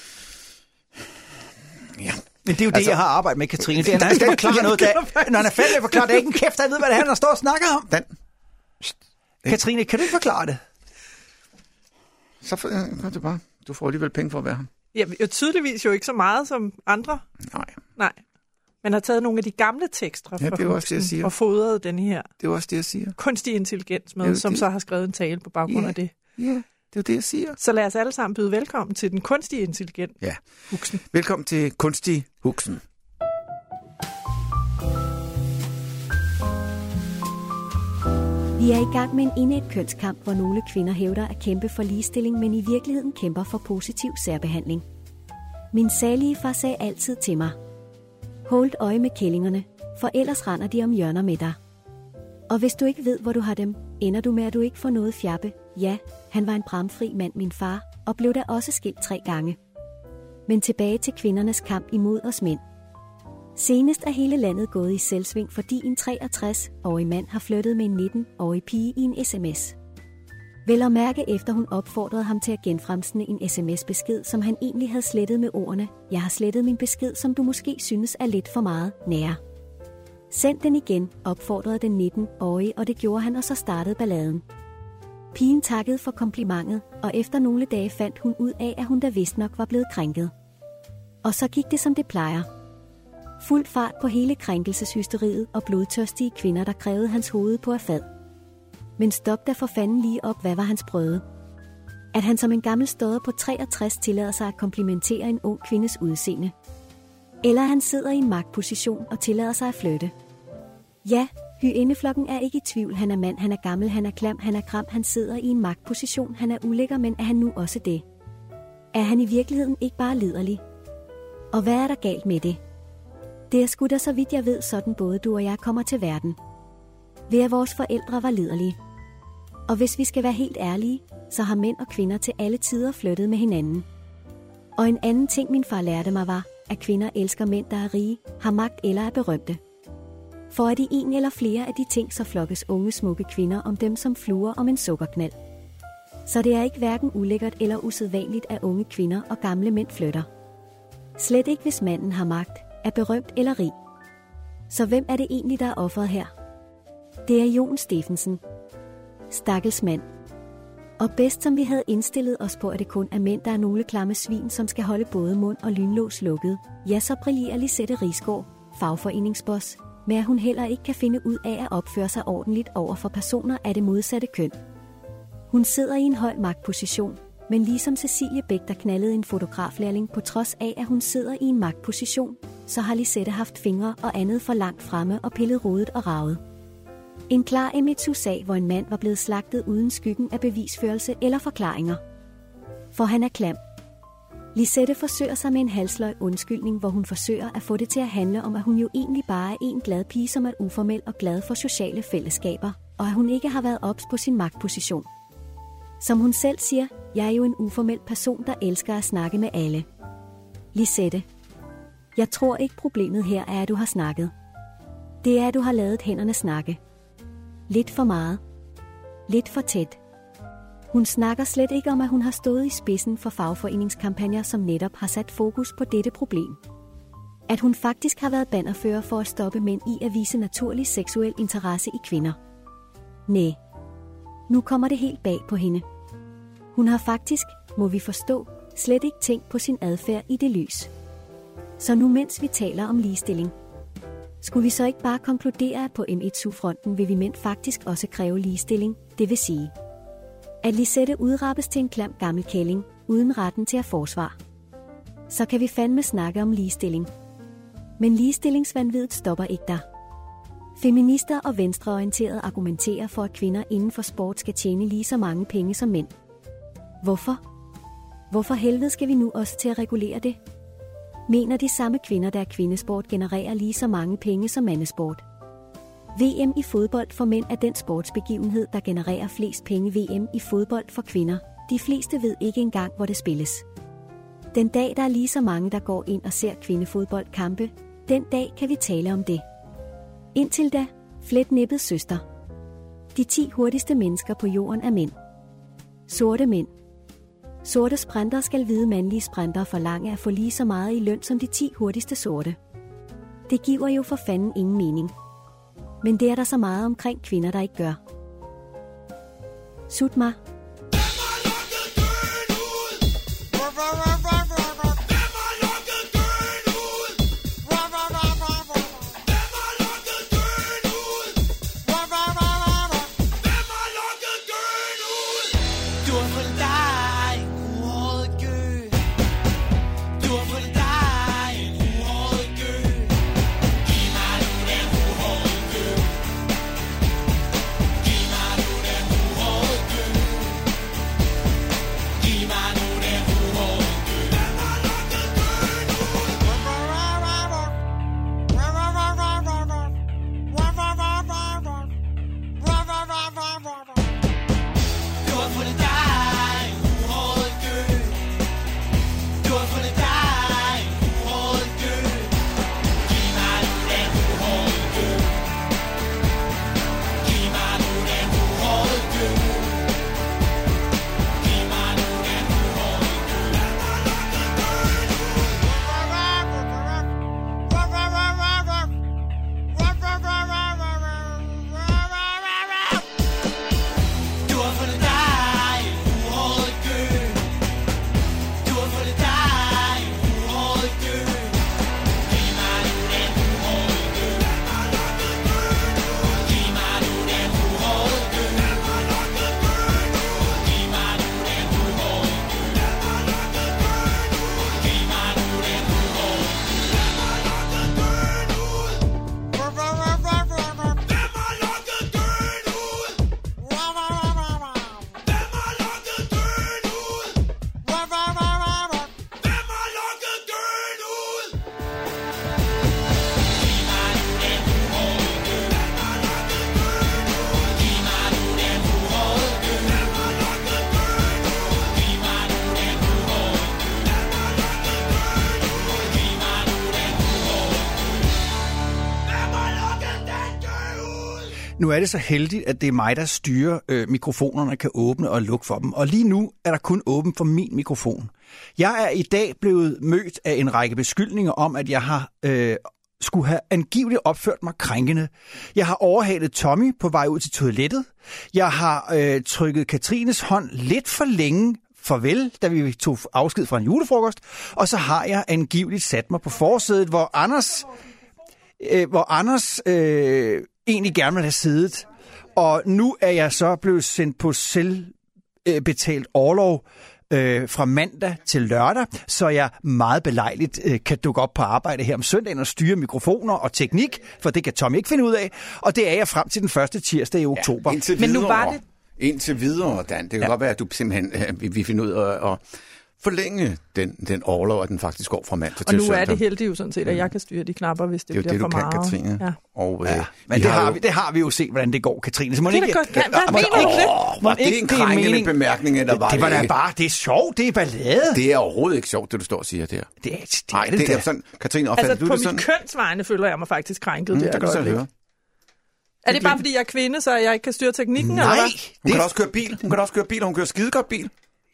Ja. Men det er jo det, jeg har arbejdet med, Katrine. Det er, når han skal forklare noget, når han er færdig med at forklare, det er ikke en kæft, der ved, hvad det er, han står og snakker om. Katrine, kan du ikke forklare det? Så kom det bare. Du får alligevel penge for at være her. Ja, jo tydeligvis jo ikke så meget som andre. Nej. Man har taget nogle af de gamle tekster fra Huxen og fodret den her. Det er også det, jeg siger. Kunstig intelligens med, som så har skrevet en tale på baggrund af det. Ja, det er jo det, jeg siger. Så lad os alle sammen byde velkommen til den kunstige intelligens Huxen. Velkommen til kunstig Huxen. Vi er i gang med en indædt kønskamp, hvor nogle kvinder hævder at kæmpe for ligestilling, men i virkeligheden kæmper for positiv særbehandling. Min salige far sagde altid til mig: Hold øje med kællingerne, for ellers render de om hjørner med dig. Og hvis du ikke ved, hvor du har dem, ender du med, at du ikke får noget fjappe. Ja, han var en bramfri mand, min far, og blev da også skilt 3 gange. Men tilbage til kvindernes kamp imod os mænd. Senest er hele landet gået i selvsving, fordi en 63-årig mand har flyttet med en 19-årig pige i en sms. Vel at mærke efter hun opfordrede ham til at genfremsende en sms-besked, som han egentlig havde slettet med ordene: Jeg har slettet min besked, som du måske synes er lidt for meget nære. Send den igen, opfordrede den 19-årige, og det gjorde han, og så startede balladen. Pigen takkede for komplimentet, og efter nogle dage fandt hun ud af, at hun da vist nok var blevet krænket. Og så gik det, som det plejer. Fuld fart på hele krænkelseshysteriet og blodtørstige kvinder, der krævede hans hoved på affad. Men stop da for fanden lige op, hvad var hans brøde? At han som en gammel stodder på 63 tillader sig at komplimentere en ung kvindes udseende. Eller han sidder i en magtposition og tillader sig at flytte. Ja, hyæneflokken er ikke i tvivl. Han er mand, han er gammel, han er klam, han er kram, han sidder i en magtposition, han er ulækker, men er han nu også det? Er han i virkeligheden ikke bare liderlig? Og hvad er der galt med det? Det er sgu da, så vidt jeg ved, sådan både du og jeg kommer til verden. Ved at vores forældre var liderlige. Og hvis vi skal være helt ærlige, så har mænd og kvinder til alle tider flyttet med hinanden. Og en anden ting, min far lærte mig, var, at kvinder elsker mænd, der er rige, har magt eller er berømte. For er de en eller flere af de ting, så flokkes unge smukke kvinder om dem som fluer om en sukkerknald. Så det er ikke hverken ulækkert eller usædvanligt, at unge kvinder og gamle mænd flytter. Slet ikke, hvis manden har magt, er berømt eller rig. Så hvem er det egentlig, der er offeret her? Det er Jon Steffensen. Stakkels mand. Og bedst som vi havde indstillet os på, at det kun er mænd, der er nogle klamme svin, som skal holde både mund og lynlås lukket, ja, så brillerer Lisette Risgaard, fagforeningsboss, med at hun heller ikke kan finde ud af at opføre sig ordentligt over for personer af det modsatte køn. Hun sidder i en høj magtposition, men ligesom Cecilie Bæk, der knaldede en fotograflærling, på trods af, at hun sidder i en magtposition, så har Lisette haft fingre og andet for langt fremme og pillet rodet og raget. En klar Emitsu-sag, hvor en mand var blevet slagtet uden skyggen af bevisførelse eller forklaringer. For han er klam. Lisette forsøger sig med en halsløg undskyldning, hvor hun forsøger at få det til at handle om, at hun jo egentlig bare er en glad pige, som er uformel og glad for sociale fællesskaber, og at hun ikke har været ops på sin magtposition. Som hun selv siger, jeg er jo en uformel person, der elsker at snakke med alle. Lisette. Jeg tror ikke problemet her er, at du har snakket. Det er, at du har ladet hænderne snakke. Lidt for meget. Lidt for tæt. Hun snakker slet ikke om, at hun har stået i spidsen for fagforeningskampagner, som netop har sat fokus på dette problem. At hun faktisk har været bannerfører for at stoppe mænd i at vise naturlig seksuel interesse i kvinder. Næh. Nu kommer det helt bag på hende. Hun har faktisk, må vi forstå, slet ikke tænkt på sin adfærd i det lys. Så nu mens vi taler om ligestilling, skulle vi så ikke bare konkludere, at på M1-fronten vil vi mænd faktisk også kræve ligestilling, det vil sige, at Lisette udrappes til en klam gammel kælling, uden retten til at forsvare. Så kan vi fandme snakke om ligestilling. Men ligestillingsvanviddet stopper ikke der. Feminister og venstreorienterede argumenterer for, at kvinder inden for sport skal tjene lige så mange penge som mænd. Hvorfor? Hvorfor helvede skal vi nu også til at regulere det? Mener de samme kvinder, der er kvindesport, genererer lige så mange penge som mandesport? VM i fodbold for mænd er den sportsbegivenhed, der genererer flest penge. VM i fodbold for kvinder. De fleste ved ikke engang, hvor det spilles. Den dag, der er lige så mange, der går ind og ser kvindefodboldkampe, den dag kan vi tale om det. Indtil da, fletnippet søster. De 10 hurtigste mennesker på jorden er mænd. Sorte mænd. Sorte sprinter skal hvide mandlige sprinter forlange at få lige så meget i løn som de 10 hurtigste sorte. Det giver jo for fanden ingen mening. Men det er der så meget omkring kvinder, der ikke gør. Sut mig. Nu er det så heldigt, at det er mig, der styrer mikrofonerne, kan åbne og lukke for dem. Og lige nu er der kun åben for min mikrofon. Jeg er i dag blevet mødt af en række beskyldninger om, at jeg har skulle have angiveligt opført mig krænkende. Jeg har overhalet Tommy på vej ud til toilettet. Jeg har trykket Katrines hånd lidt for længe farvel, da vi tog afsked fra en julefrokost. Og så har jeg angiveligt sat mig på forsædet, hvor Anders egentlig gerne ville have siddet. Og nu er jeg så blevet sendt på selvbetalt orlov fra mandag til lørdag, så jeg meget belejligt kan dukke op på arbejde her om søndagen og styre mikrofoner og teknik, for det kan Tommy ikke finde ud af. Og det er jeg frem til den første tirsdag i oktober. Men nu var det indtil videre, Dan. Det kan godt være, at du simpelthen vi finder ud af at forlænge den orlov, at den faktisk går fra mandag til søndag. Og nu er det heldigt jo sådan set, at jeg kan styre de knapper, hvis det bliver for meget. Det er jo det, du kan, Katrine. Ja. Og, men det har vi jo set, hvordan det går, Katrine. Så det er godt. Var det en krænkende bemærkning, eller var det? Det var da bare, det er sjovt, det er ballade. Det er overhovedet ikke sjovt, det du står og siger der. Det er sådan, Katrine, opfatter du det sådan? Altså på mit kønsvegne føler jeg mig faktisk krænket. Det kan du så høre. Er det bare fordi jeg er kvinde, så jeg ikke kan styre teknikken? Nej, eller hun kan også køre bil. Hun kører skidegodt bil.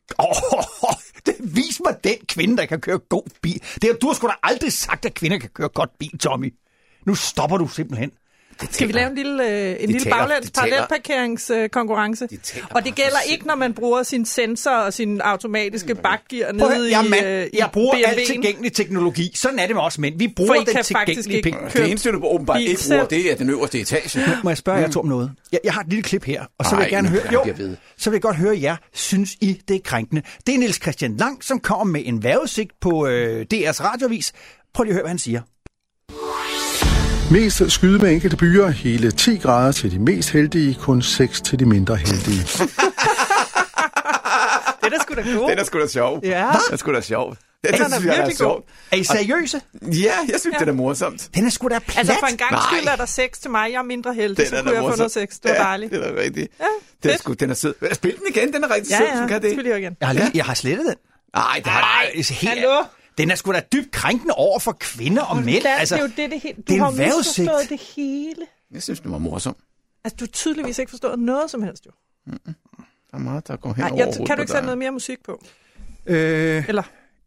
Vis mig den kvinde, der kan køre god bil. Du har sgu da aldrig sagt, at kvinder kan køre godt bil, Tommy. Nu stopper du simpelthen. Skal vi lave en lille baglæns parallelparkeringskonkurrence? Og det gælder ikke, når man bruger sin sensor og sin automatiske bakgear nede jeg bruger alt tilgængelig teknologi. Sådan er det med os mænd. Vi bruger den tilgængelige penge. Det eneste, du åbenbart ikke bruger, det er den øverste etage. Må jeg spørge jer to om noget? Jeg har et lille klip her, og så vil jeg gerne høre... Så vil jeg godt høre jer. Synes I, det er krænkende? Det er Niels Christian Lang, som kommer med en vejrudsigt på DR's radioavis. Prøv lige at høre, hvad han siger. Mest skyde med enkelte byer, hele 10 grader til de mest heldige, kun 6 til de mindre heldige. Det er sgu da god. Det er sgu da sjov. Ja. Det er sgu da sjov. Det er virkelig god. Er I seriøse? Ja, jeg synes, det er morsomt. Den er sgu da plat. Altså for en gang skyld er der 6 til mig, jeg er mindre heldig, så kunne jeg få noget 6. Det var dejligt. Det er rigtigt. Ja, den er sød. Spil den igen, den er rigtig sød, som kan det. Spil den igen. Jeg har slettet den. Nej, det har hallo? Den er sgu da dybt krænkende over for kvinder og mænd. Altså, det er jo det hele. Du har misforstået det hele. Jeg synes, det var morsomt. Altså, du har tydeligvis ikke forstået noget som helst, jo. Der er meget, der går hen over hovedet. Kan du ikke sætte noget mere musik på? Eller?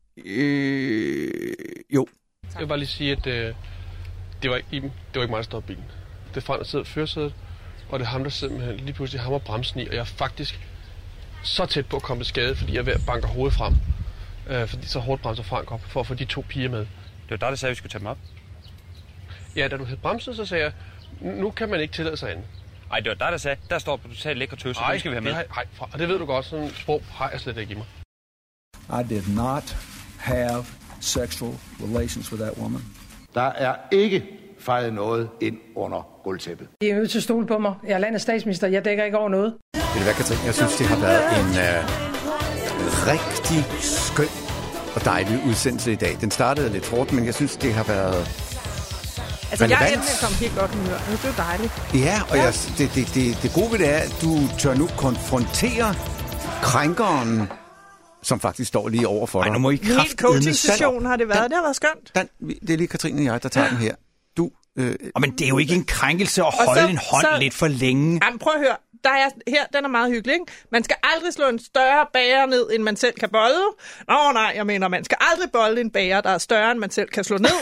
Jo. Jeg vil bare lige sige, at det var ikke mig, der stod i bilen. Det er Frans, der sidder i førersædet, og det er ham, der sidder lige pludselig hammer bremsen i, og jeg er faktisk så tæt på at komme til skade, fordi jeg er ved at banke hovedet frem. Fordi så hårdt bremser Frank op, for at få de 2 piger med. Det var der sagde, at vi skulle tage dem op. Ja, da du havde bremset, så sagde jeg, nu kan man ikke tillade sig andet. Nej, det var der sagde, der står totalt lækre tøsse, det skal vi have med. Nej, og det ved du godt, sådan et sprog har jeg slet ikke i mig. I did not have sexual relations with that woman. Der er ikke fejret noget ind under gulvtæppet. I er nødt til at stole på mig. Jeg er landets statsminister. Jeg dækker ikke over noget. Ved du hvad, Katrine? Jeg synes, det har været en rigtig skøn og dejlig udsendelse i dag. Den startede lidt hårdt, men jeg synes, det har været altså, relevant. Jeg er endelig kommet helt godt humør. Det er jo dejligt. Ja, og det gode ved det er, at du tør nu konfrontere krænkeren, som faktisk står lige over for dig. Ej, nu må I helt coaching-session har det været. Det har været skønt. Det er lige Katrine og jeg, der tager den her. Men det er jo ikke en krænkelse at holde en hånd lidt for længe. Jamen, prøv at høre. Den er meget hyggelig, ikke? Man skal aldrig slå en større bager ned, end man selv kan bolde. Nej, jeg mener, man skal aldrig bolde en bager, der er større, end man selv kan slå ned.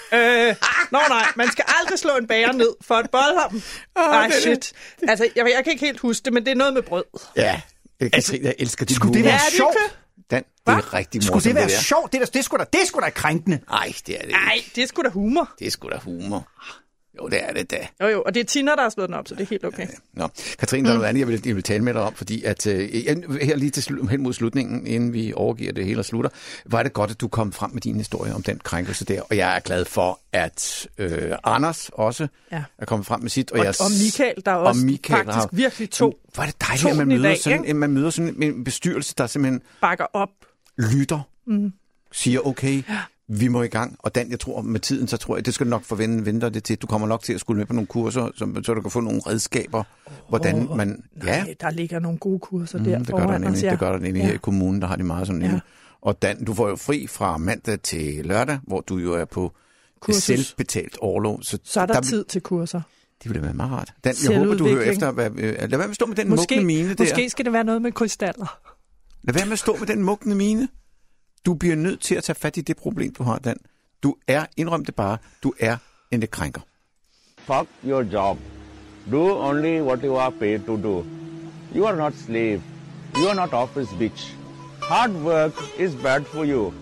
Man skal aldrig slå en bager ned for at bolde ham. Shit. Altså, jeg kan ikke helt huske det, men det er noget med brød. Ja, Katrine, jeg elsker dit Skulle det være sjovt? Det er rigtig morsomt. Skulle det være sjovt? Det er sgu da krænkende. Nej, det er det ikke. Nej, det er sgu da humor. Det er sgu da humor. Jo, det er det da. Jo, og det er Tina, der har slået den op, så det er helt okay. Nå, Katrine, der er noget andet, jeg vil tale med dig om, fordi at her lige hen mod slutningen, inden vi overgiver det hele og slutter, var det godt, at du kom frem med din historie om den krænkelse der, og jeg er glad for, at Anders også er kommet frem med sit. Og Michael, der også faktisk virkelig var det dejligt, at man møder sådan en bestyrelse, der simpelthen bakker op, lytter, siger okay, vi må i gang, og Dan, jeg tror med tiden, så tror jeg, det skal nok vente det til. Du kommer nok til at skulle med på nogle kurser, så du kan få nogle redskaber, hvordan man... Nej, der ligger nogle gode kurser der. Det gør der nemlig her i kommunen, der har de meget sådan en. Og Dan, du får jo fri fra mandag til lørdag, hvor du jo er på selvbetalt orlov. Så er der tid til kurser. Det ville være meget rart. Dan, jeg håber, du hører efter. Lad være med at stå med den mugne mine der. Måske skal det være noget med krystaller. Lad være med at stå med den mugne mine. Du bliver nødt til at tage fat i det problem, du har, Dan. Du er, indrøm det bare, du er en lidt krænker. Fuck your job. Do only what you are paid to do. You are not slave. You are not office bitch. Hard work is bad for you.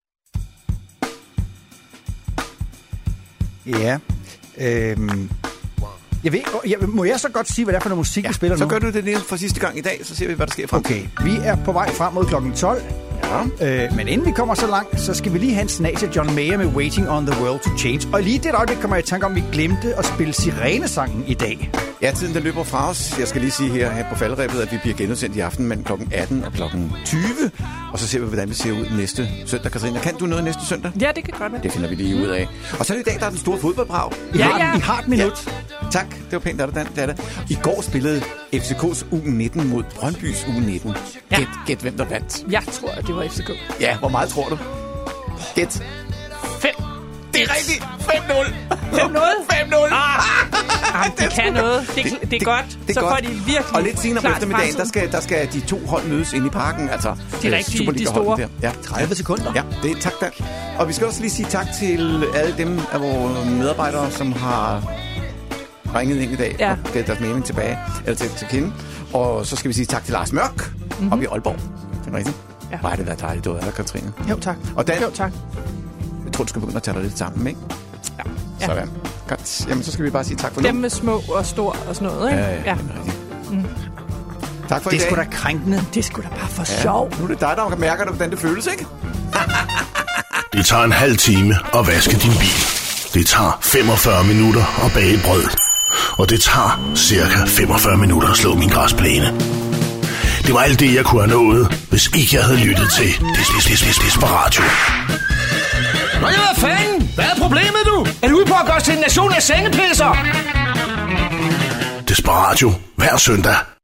Ja. Må jeg så godt sige, hvad det er for noget musik, vi spiller nu? Så gør du det lige for sidste gang i dag, så ser vi, hvad der sker frem. Okay, vi er på vej frem mod klokken 12. Ja. Men inden vi kommer så langt, så skal vi lige have en snas til John Mayer med Waiting on the World to Change. Og lige det øjeblik kommer jeg i tanke om, at vi glemte at spille Sirenesangen i dag. Ja, tiden der løber fra os. Jeg skal lige sige her på falderæbet, at vi bliver genudsendt i aften mellem klokken 18 og klokken 20. Og så ser vi, hvordan vi ser ud næste søndag. Katarina, kan du noget næste søndag? Ja, det kan godt være. Det finder vi lige ud af. Og så er det i dag, der er den store fodboldbrag. I har et minut. Ja. Tak, det var pænt af dig, Dan. Det er det. I går spillede FCK's U19 mod Brøndbys U19. Ja. Gæt, hvem der vandt. Jeg tror, at det var FCK. Ja, hvor meget tror du? Gæt. 5. Det er rigtigt. 5-0. 5-0? Det kan noget. Det er godt. Det er så godt. får de virkelig. Og lidt senere på eftermiddagen, der skal de to hold mødes inde i parken. Altså, de rigtige, de store. Der. Ja. 30 sekunder. Ja, det er tak, Dan. Og vi skal også lige sige tak til alle dem af vores medarbejdere, som har ringet ind i dag og givet deres mening tilbage, eller til kende. Og så skal vi sige tak til Lars Mørk oppe i Aalborg. Det er rigtigt. Ja. Hvor har det været dejligt, du er der, Katrine. Jo, tak. Og Dan, jo, tak. Jeg tror, du skal begynde at tage dig lidt sammen, ikke? Ja. Sådan. Godt. Jamen, så skal vi bare sige tak for nu. Dem med små og stor og sådan noget, ikke? Ja. Tak for i dag. Det er sgu da krænkende. Det er sgu da bare for sjov. Nu er det dig, der mærker, hvordan det føles, ikke? Det tager en halv time at vaske din bil. Det tager 45 minutter at bage brød. Og det tager cirka 45 minutter at slå min græsplæne. Det var alt det, jeg kunne have nået, hvis ikke jeg havde lyttet til Desperatio. Nå ja, hvad fanden? Hvad er problemet, du? Er du ude på at gøre os til en nation af sengepisser? Desperatio hver søndag